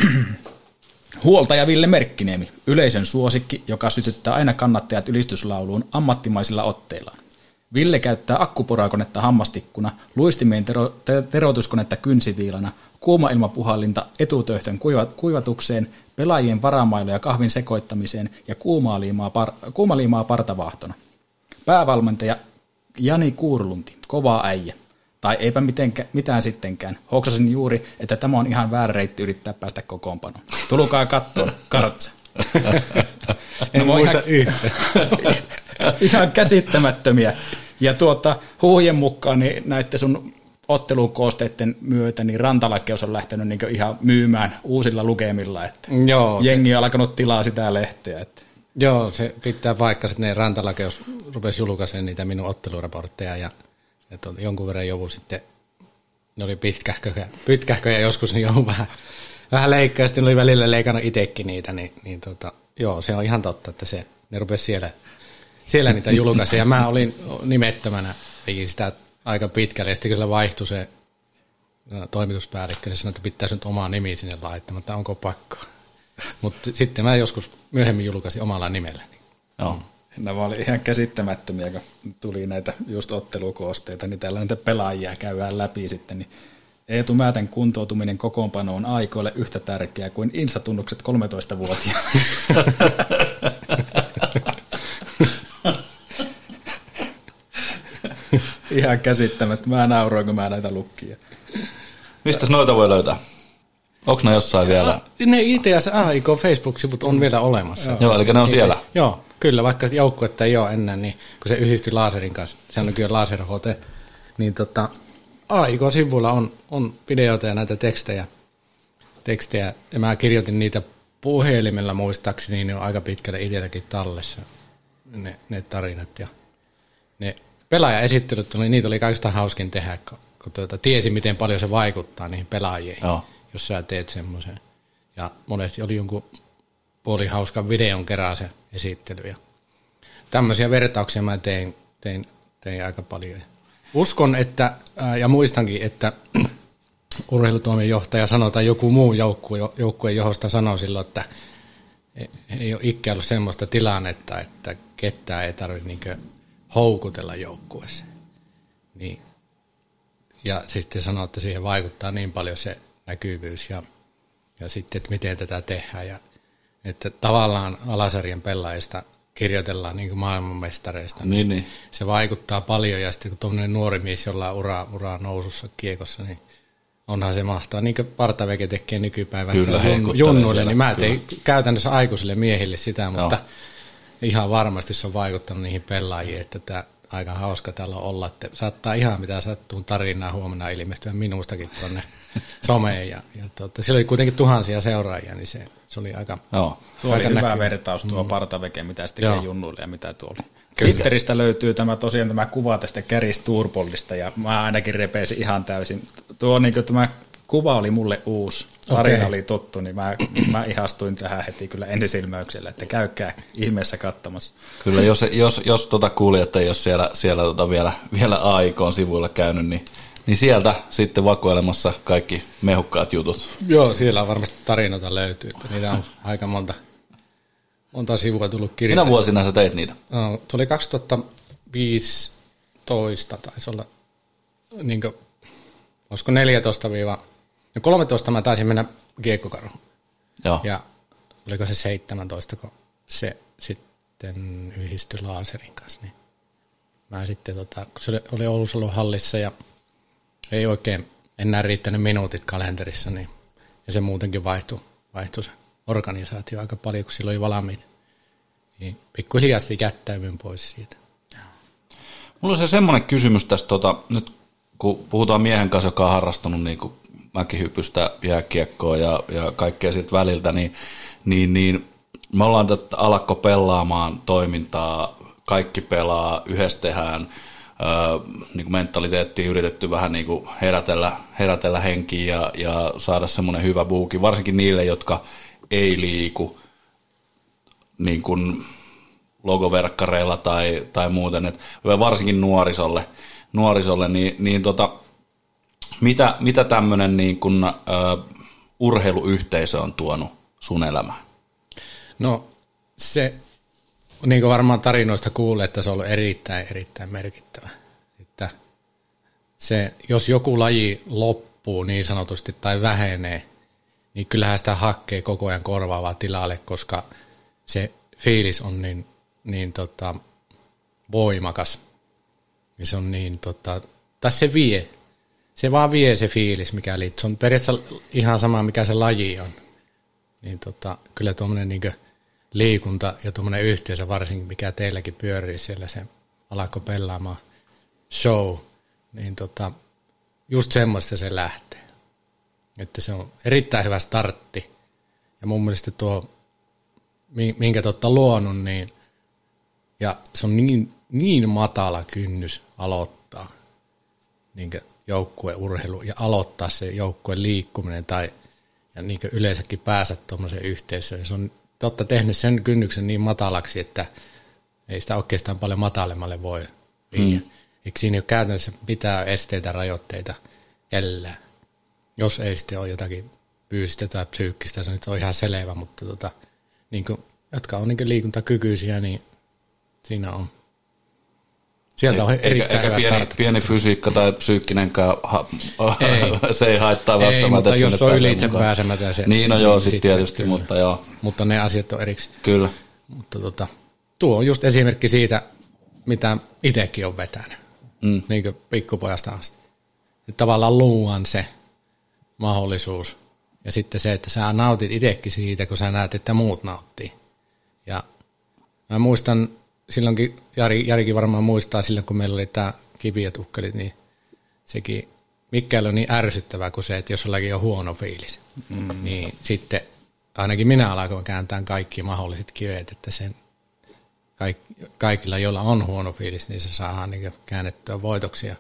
huoltaja Ville Merkkiniemi, yleisön suosikki, joka sytyttää aina kannattajat ylistyslauluun ammattimaisilla otteillaan. Ville käyttää akkuporakonetta hammastikkuna, luistimeen tero- te- teroituskonetta kynsiviilana, kuumailmapuhallinta etutöyhtön kuivat- kuivatukseen, pelaajien varamailoja kahvin sekoittamiseen ja kuumaa liimaa, par- kuumaliimaa partavaahtona. Päävalmentaja Jani Kuurlunti, kova äijä. Tai eipä mitenkä, mitään sittenkään. Hoksasin juuri, että tämä on ihan väärä reitti yrittää päästä kokoonpanoon. Tulukaa kattoon, kartsa. En no, muista ihan, yhtä. ihan käsittämättömiä. Ja tuota, huuhjen mukaan niin näette sun ottelukoosteiden myötä, niin Rantalakeus on lähtenyt niin ihan myymään uusilla lukemilla. Että Joo, jengi se, on alkanut tilaa sitä lehteä. Että. Joo, se pitää paikkansa, että ne Rantalakeus rupesi julkaisemaan niitä minun otteluraportteja ja että jonkun verran joku sitten, ne oli pitkähköjä, pitkähköjä joskus, niin joku vähän, vähän leikkaa, ja sitten oli välillä leikannut itsekin niitä, niin, niin tota, joo, se on ihan totta, että se, ne rupesi siellä, siellä niitä julkaisia, ja mä olin nimettömänä, veikin sitä aika pitkälle, ja sitten kyllä vaihtui se no, toimituspäällikkö, niin sanoi, että pitäisi nyt omaa nimi sinne laittaa, mutta onko pakkoa. Mutta sitten mä joskus myöhemmin julkaisin omalla nimellä. Joo. Nämä oli ihan käsittämättömiä, kun tuli näitä just ottelukoosteita, niin täällä näitä pelaajia käydään läpi sitten, niin Eetu Määtän kuntoutuminen kokoonpano on aikoille yhtä tärkeää kuin instatunnukset kolmetoistavuotiaana. Ihan käsittämättä. Mä nauroin, kun mä näitä lukkia. Mistäs noita voi löytää? Onko ne jossain vielä? Ne I T S A I K Facebook-sivut on vielä olemassa. Joo, Joo eli ne on siellä. Joo, kyllä, vaikka joukkuetta ei ole enää, niin kun se yhdistyi Laserin kanssa, se on nykyään Laser H T, niin tota, A I K-sivuilla on, on videoita ja näitä tekstejä, tekstejä, ja mä kirjoitin niitä puhelimella muistaakseni, niin ne on aika pitkälle itselläkin tallessa, ne, ne tarinat, ja ne pelaajaesittelyt, oli, niitä oli kaikista hauskin tehdä, kun, kun tuota, tiesi, miten paljon se vaikuttaa niihin pelaajiin. Joo. Jos sä teet semmoisen. Ja monesti oli jonkun puoli hauskan videon kerran se esittely. Ja tämmöisiä vertauksia mä tein, tein, tein aika paljon. Uskon, että, ja muistankin, että urheilutoimenjohtaja sanoi, tai joku muu joukkueen johdosta sanoi silloin, että ei ole ikään ollut semmoista tilannetta, että ketään ei tarvitse niin houkutella joukkueeseen. Niin. Ja sitten sanoi, että siihen vaikuttaa niin paljon se näkyvyys ja, ja sitten, että miten tätä tehdään. Ja, että tavallaan alasarjan pelaajista kirjoitellaan niin kuin maailmanmestareista. Niin, niin. Se vaikuttaa paljon ja sitten kun tuommoinen nuori mies, jolla on ura, ura nousussa kiekossa, niin onhan se mahtaa. Niin kuin Partaveke tekee nykypäivänä junnuille, niin mä tein kyllä käytännössä aikuisille miehille sitä, mutta joo, ihan varmasti se on vaikuttanut niihin pelaajiin, että tämä aika hauska täällä on olla, että saattaa ihan mitä sattuu tarinaa huomenna ilmestyä minustakin tuonne someen. Ja, ja tuota, siellä oli kuitenkin tuhansia seuraajia, niin se, se oli aika Joo, tuo aika oli hyvä näkyvä vertaus tuo mm. Partaveke, mitä sitten tekee junnuille ja mitä tuo oli. Twitteristä löytyy tämä tosiaan tämä kuva tästä Gary Sturbollista ja mä ainakin repesin ihan täysin. Tuo niin kuin tämä kuva oli mulle uusi, tarina okay, oli tuttu, niin mä, mä ihastuin tähän heti kyllä ensisilmäyksellä, että käykää ihmeessä katsomassa. Kyllä, jos, jos, jos tuota kuulijat ei ole siellä, siellä tota vielä, vielä A I K:n sivuilla käynyt, niin, niin sieltä sitten vakoilemassa kaikki mehukkaat jutut. Joo, siellä varmasti tarinoita löytyy, että niitä on aika monta, monta sivua tullut kirjoittaa. Minä vuosina sä teit niitä? No, tuli kaksituhattaviisitoista, taisi olla, niin kuin, olisiko neljätoista viiva No kolmetoista mä taisin mennä kiekkokaruun. Joo. Ja oliko se seitsemäntoista, kun se sitten yhdistyi Laserin kanssa. Niin mä sitten, tota, kun se oli Oulussa ollut hallissa ja ei oikein enää riittänyt minuutit kalenterissa, niin ja se muutenkin vaihtui, vaihtui se organisaatio aika paljon, kun silloin oli valmiit. Niin pikkuhiljaa jättäymyn pois siitä. Mulla on se semmoinen kysymys tästä, tota, nyt kun puhutaan miehen kanssa, joka on harrastanut niin kuin mäkihypystä, jääkiekkoa ja, ja kaikkea siltä väliltä, niin, niin, niin me ollaan tätä alakko pelaamaan toimintaa, kaikki pelaa, yhdessä tehdään, ää, niin kuin mentaliteettiin yritetty vähän niin kuin herätellä, herätellä henkiä ja, ja saada semmoinen hyvä buuki, varsinkin niille, jotka ei liiku niin kuin logoverkkareilla tai, tai muuten, että varsinkin nuorisolle, nuorisolle niin, niin tota, Mitä, mitä tämmöinen niin kun, uh, urheiluyhteisö on tuonut sun elämään? No se, niin kuin varmaan tarinoista kuulee, että se on ollut erittäin, erittäin merkittävä. Että se, jos joku laji loppuu niin sanotusti tai vähenee, niin kyllähän sitä hakkee koko ajan korvaavaa tilalle, koska se fiilis on niin, niin tota, voimakas. Ja se on niin, tota, tai se vie. Se vaan vie se fiilis, mikä liittyy. Se on periaatteessa ihan sama, mikä se laji on. Niin tota, kyllä tuommoinen niin liikunta ja tuommoinen yhteisö varsinkin, mikä teilläkin pyörii siellä se alakko pelaamaan show, niin tota, just semmoista se lähtee. Että se on erittäin hyvä startti. Ja mun mielestä tuo, minkä te olette luonut, niin, ja se on niin, niin matala kynnys aloittaa niin joukkueurheilu ja aloittaa se joukkueen liikkuminen tai ja niin yleensäkin päästä tuommoiseen yhteisöön. Se on totta tehnyt sen kynnyksen niin matalaksi, että ei sitä oikeastaan paljon matalemmalle voi viiä. Hmm. Eikö siinä ole käytännössä mitään esteitä, rajoitteita kellään? Jos ei sitten ole jotakin fyysistä tai psyykkistä, se nyt on ihan selvä, mutta tota, niin kuin, jotka on niin liikuntakykyisiä, niin siinä on. Sieltä on erittäin eikä hyvä pieni, startti. pieni fysiikka tai psyykkinenkään, ha, ei. se ei haittaa ei, välttämättä. Mutta jos on ylitse pääsemätön se. Niin, no joo, niin sitten sit tietysti, kyllä. mutta joo. Mutta ne asiat on erikseen. Kyllä. Mutta tota, tuo on just esimerkki siitä, mitä itsekin on vetänyt, mm. niin kuin pikkupojasta asti. Että tavallaan luuan se mahdollisuus ja sitten se, että sä nautit itsekin siitä, kun sä näet, että muut nauttii. Ja mä muistan, silloinkin, Jari, Jarikin varmaan muistaa silloin, kun meillä oli tämä kivi ja tukkelit, niin sekin, mikään on niin ärsyttävää kuin se, että jos jollakin on huono fiilis, mm. niin sitten ainakin minä alkoin kääntää kaikki mahdolliset kivet, että sen kaikilla, joilla on huono fiilis, niin se saadaan niin käännettyä voitoksia.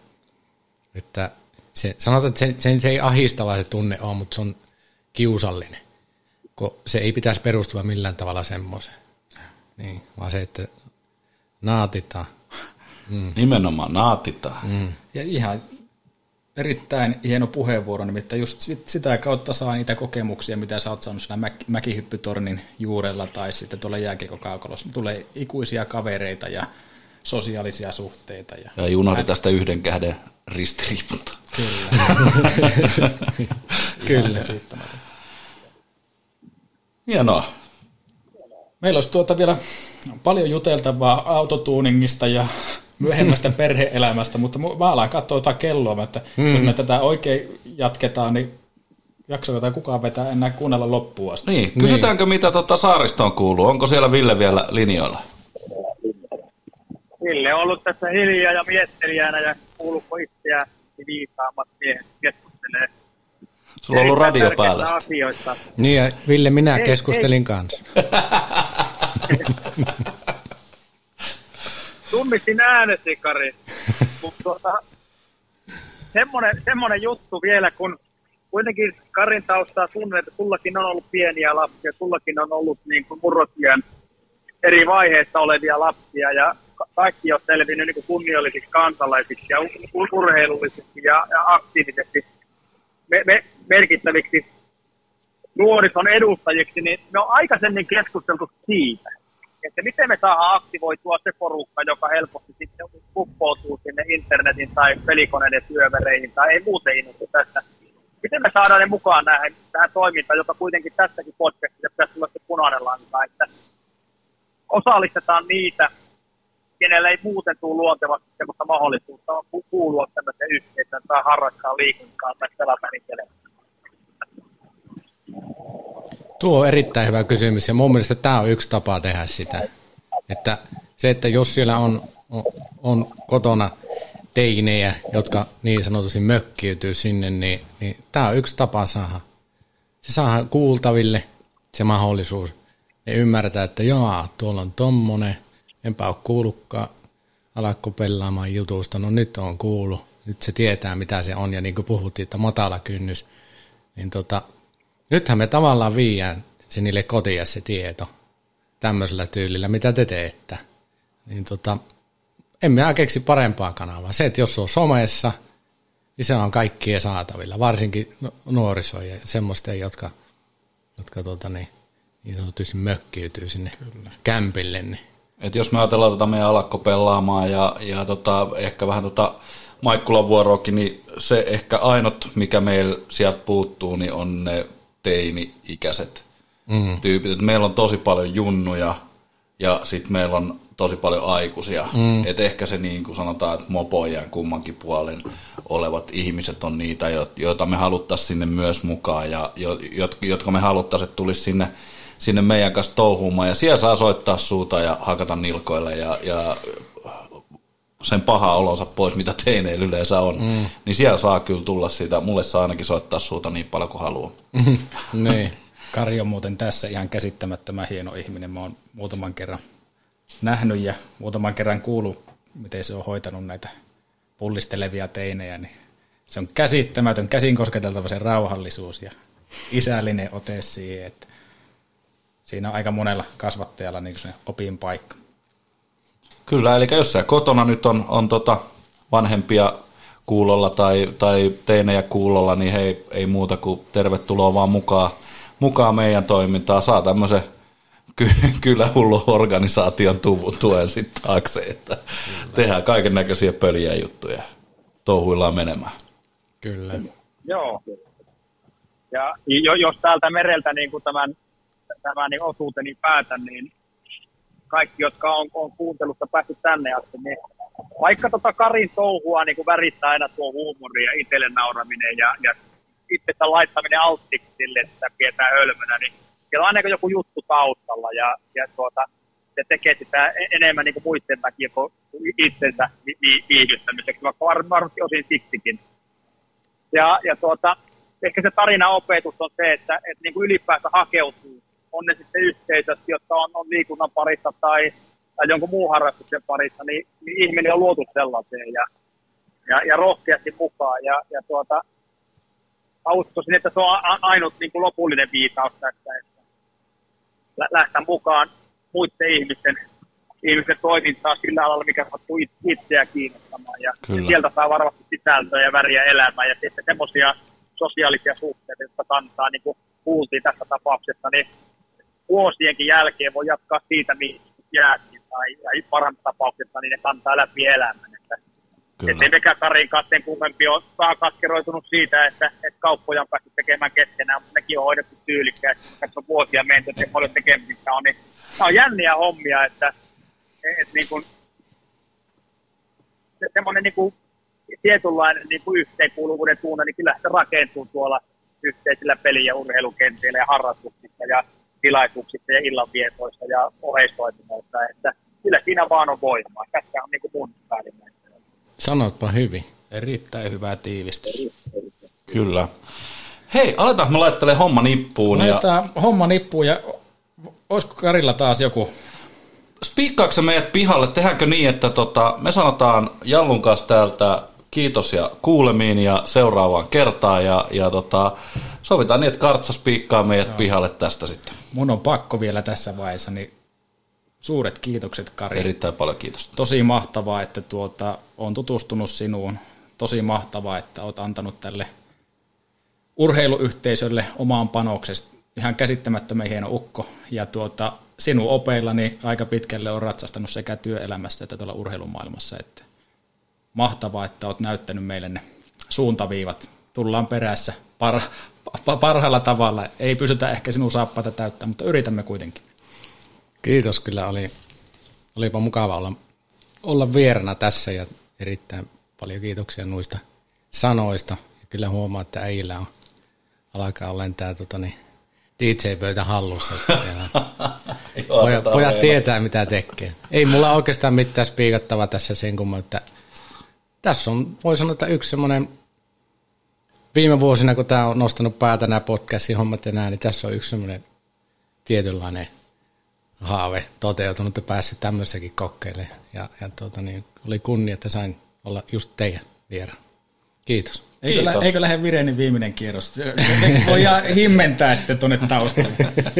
Että se, sanotaan, että se, se, se ei ahistava se tunne ole, mutta se on kiusallinen, kun se ei pitäisi perustua millään tavalla semmoiseen. Niin, vaan se, että naatitaan. Mm. Nimenomaan naatitaan. Mm. Ja ihan erittäin hieno puheenvuoro, nimittäin just sitä kautta saa niitä kokemuksia, mitä sä oot saanut siellä mäk- mäkihyppytornin juurella tai sitten tuolla jääkiekkokaukalossa. Tulee ikuisia kavereita ja sosiaalisia suhteita. Ja, ja unohdi tästä yhden käden ristiriipunta. Kyllä. Kyllä. Hienoa. Meillä olisi tuota vielä paljon juteltavaa autotuuningista ja myöhemmästä perhe-elämästä, mutta mä alan katsoa jotain kelloa, että mm. jos me tätä oikein jatketaan, niin jaksoiko tai kukaan vetää enää kuunnella loppuun asti. Niin, kysytäänkö niin. mitä tuota Saaristoon kuuluu? Onko siellä Ville vielä linjoilla? Ville on ollut tässä hiljaa ja miettelijänä ja kuuluuko itseään viisaammat miehet keskustelee. Sulla on ollut radio päällä. Niin ja Ville, minä ei, keskustelin ei. kanssa. Tunnistin äänesi, Kari. Mutta tuota, semmoinen, semmoinen juttu vielä, kun kuitenkin Karin taustaa tunnen, että sullakin on ollut pieniä lapsia, sullakin on ollut niin kuin murrosiän eri vaiheissa olevia lapsia ja kaikki on selvinnyt niin kuin kunniallisiksi kansalaisiksi ja urheilullisiksi ja, ja aktiivisesti me, me, merkittäviksi nuorison edustajiksi, niin me on aikaisemmin keskusteltu siitä, että miten me saadaan aktivoitua se porukka, joka helposti sitten uppoutuu sinne internetin tai pelikoneiden syövereihin tai ei muuten innostu tästä. Miten me saadaan ne mukaan näihin, tähän toimintaan, joka kuitenkin tässäkin podcastissa pitäisi tulla se punainen lanka, että osallistetaan niitä, kenellä ei muuten tule luontevasti sellaista mahdollisuutta kuulua tämmöiseen yhteisöön tai harrastaa liikuntaa tai pelata niitä. Tuo on erittäin hyvä kysymys ja mun mielestä tämä on yksi tapa tehdä sitä. Että se, että jos siellä on, on, on kotona teinejä, jotka niin sanotusti mökkiytyy sinne, niin, niin tämä on yksi tapa saada. Se saadaan kuultaville se mahdollisuus. Ne ymmärtää, että joo, tuolla on tommonen, enpä ole kuullutkaan, alakko pelaamaan jutusta, no nyt on kuullut, nyt se tietää mitä se on ja niin kuin puhuttiin, että matala kynnys, niin tota, nythän me tavallaan viiään se niille kotiin se tieto tämmöisellä tyylillä, mitä te teette. Niin tota, en minä keksi parempaa kanavaa. Se, että jos on somessa, niin se on kaikkien saatavilla, varsinkin nuorisoja ja semmoisten, jotka, jotka tota, niin, niin sanotusti mökkiytyy sinne Kyllä. kämpille. Niin. Et jos me ajatellaan tota meidän alakko pelaamaan ja, ja tota, ehkä vähän tota Maikkulan vuoroakin, niin se ehkä ainut, mikä meillä sieltä puuttuu, niin on ne teini-ikäiset mm. tyypit. Et meillä on tosi paljon junnuja ja sitten meillä on tosi paljon aikuisia. Mm. Et ehkä se niin kuin sanotaan, että mopojen kummankin puolen olevat ihmiset on niitä, joita me haluttaisiin sinne myös mukaan ja jotka me haluttaisiin, että tulisi sinne, sinne meidän kanssa touhuumaan. Ja siellä saa soittaa suuta ja hakata nilkoille ja, ja sen paha olonsa pois, mitä teineillä yleensä on. Mm. Niin siellä saa kyllä tulla siitä. Mulle saa ainakin soittaa suuta niin paljon kuin haluaa. Niin. Kari on muuten tässä ihan käsittämättömän hieno ihminen. Mä oon muutaman kerran nähnyt ja muutaman kerran kuullut, miten se on hoitanut näitä pullistelevia teinejä. Niin se on käsittämätön, käsin kosketeltava se rauhallisuus ja isällinen ote siihen, että siinä on aika monella kasvattajalla niin se opin paikka. Kyllä, eli jos siellä kotona nyt on, on tota vanhempia kuulolla tai, tai teinejä kuulolla, niin hei, ei muuta kuin tervetuloa vaan mukaan, mukaan meidän toimintaan. Saa tämmöisen ky- kylähullu organisaation tu- tuen sitten taakse, että kyllä. Tehdään kaiken näköisiä pöliä juttuja. Touhuillaan menemään. Kyllä. Joo. Ja jos täältä mereltä niin kuin tämän, tämän niin osuuteni päätän, niin kaikki, jotka on, on kuuntelusta päässyt tänne asti, niin vaikka tota Karin touhua niin kuin värittää aina tuo huumori ja itselle nauraminen ja, ja itsensä laittaminen alttiiksi sille, että sitä pidetään hölmönä, niin siellä on aina joku juttu taustalla ja, ja tuota, se tekee sitä enemmän niin kuin muiden takia kuin itsensä vi- viihdyttämiseksi, vaikka varmasti osin siksikin. Ja, ja tuota, ehkä se tarinaopetus on se, että, että niin kuin ylipäänsä hakeutuu. On ne sitten yhteisöt, jotka on, on liikunnan parissa tai, tai jonkun muun harrastuksen parissa, niin, niin ihminen on luotu sellaiseen ja, ja, ja rohkeasti mukaan. Ja, ja tuota, uskoisin, että se on ainut niin kuin lopullinen viitaus tästä, että lähtää mukaan muiden ihmisten, ihmisten toimintaa sillä alalla, mikä sattuu itseä kiinnostamaan. Ja, ja sieltä saa varmasti sisältöä ja väriä elämään ja sitten semmoisia sosiaalisia suhteita, jotka kantaa, niin kuin kuultiin tässä tapauksessa, niin vuosienkin jälkeen voi jatkaa siitä, mihin jäätiin, tai, tai parhaassa tapauksessa niin ne kantaa läpi elämän. Että, ettei mekään Karin katteen kummempi ole vähän katkeroitunut siitä, että, että kauppoja on päässyt tekemään keskenään, mutta nekin on hoidettu tyylikkäästi. Tässä on vuosia menty, että paljon tekemistä on. Niin, nämä on jänniä hommia, että, että niin kuin, se, semmoinen niin kuin, tietynlainen niin kuin yhteenkuuluvuuden tunne, niin kyllä se rakentuu tuolla yhteisillä peli- ja urheilukentillä ja harrastuksissa ja tilaisuuksissa ja illanvietoissa ja oheistoiminnoissa, että kyllä siinä vaan on voimaa. Tässä on niin kuin mun päällimmäinen. Sanotpa hyvin. Erittäin hyvä tiivistys. Kyllä. Hei, aletaan me laittelemaan homma nippuun. Laitetaan ja homma nippuun ja olisiko Karilla taas joku? Spiikkaako se meidät pihalle? Tehdäänkö niin, että tota, me sanotaan Jallun kanssa täältä kiitos ja kuulemiin ja seuraavaan kertaan ja, ja tota, sovitaan niin, että Kartsa spiikkaa meidät Joo. pihalle tästä sitten. Mun on pakko vielä tässä vaiheessa, niin suuret kiitokset Kari. Erittäin paljon kiitosta. Tosi mahtavaa, että tuota, olen tutustunut sinuun. Tosi mahtavaa, että olet antanut tälle urheiluyhteisölle omaan panoksesta. Ihan käsittämättömän hieno ukko. Ja tuota, sinun opeillani aika pitkälle on ratsastanut sekä työelämässä että tuolla urheilumaailmassa. Että mahtavaa, että olet näyttänyt meille ne suuntaviivat. Tullaan perässä par, parhaalla tavalla. Ei pysytä ehkä sinun saappaita täyttää, mutta yritämme kuitenkin. Kiitos, kyllä oli, olipa mukava olla, olla vierana tässä ja erittäin paljon kiitoksia noista sanoista. Ja kyllä huomaa, että äijillä on, alkaa lentää tota, niin, D J-pöytä hallussa. pojat, pojat tietää, mitä tekee. Ei mulla oikeastaan mitään spiikattavaa tässä sen kumman, että tässä on, voi sanoa, että yksi semmoinen, viime vuosina, kun tämä on nostanut päätä nämä podcastin hommat ja nämä, niin tässä on yksi semmoinen tietynlainen haave toteutunut ja päässyt tämmöissäkin kokeilemaan. Ja, ja tuota, niin, oli kunnia, että sain olla just teidän vieraan. Kiitos. Eikö, lä- eikö lähde Virenin viimeinen kierros? Voidaan himmentää sitten tuonne taustalle.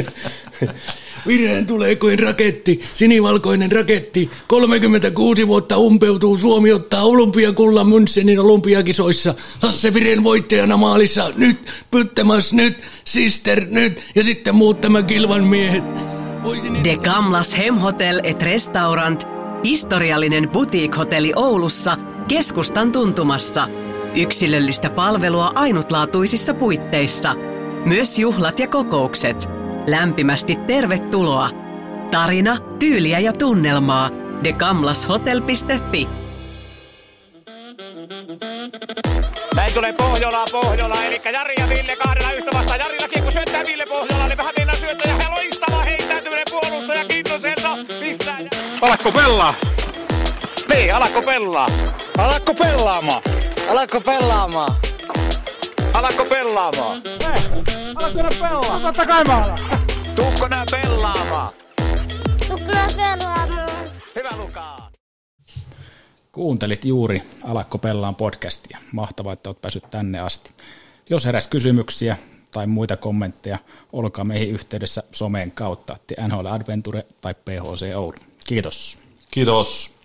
Vireen tulee kuin raketti, sinivalkoinen raketti. kolmekymmentäkuusi vuotta umpeutuu, Suomi ottaa olympiakullan Münchenin olympiakisoissa. Lasse Viren voittajana maalissa, nyt, Pyttämäs nyt, Sister nyt ja sitten muut tämän kilvan miehet. De Gamlas Hemhotel et Restaurant, historiallinen boutique-hotelli Oulussa, keskustan tuntumassa. Yksilöllistä palvelua ainutlaatuisissa puitteissa. Myös juhlat ja kokoukset. Lämpimästi tervetuloa. Tarina, tyyliä ja tunnelmaa. de gamlashotel piste fi. Näin tulee Pohjola, Pohjola, eli Jari ja Ville kahdella yhtä vastaan. Jarilla kiekko syöttää Ville Pohjola, niin vähän mennään syöttö ja loistava heittäytyminen puolustaja Kintoselta pistää. Alatko pelaa? Niin, alatko pelaa? Alatko pelaamaan? Alatko pelaamaan? Alatko pelaamaan? Hei, alatko nää pelaa? Totta kai mä alan. Tuukko nää pelaamaan? Tuukko nää pelaamaan? Hyvä Lukaa. Kuuntelit juuri Alatko pellaan podcastia. Mahtavaa, että olet päässyt tänne asti. Jos heräsi kysymyksiä tai muita kommentteja, olkaa meihin yhteydessä someen kautta, N H L Adventure tai P H C Oulu. Kiitos. Kiitos.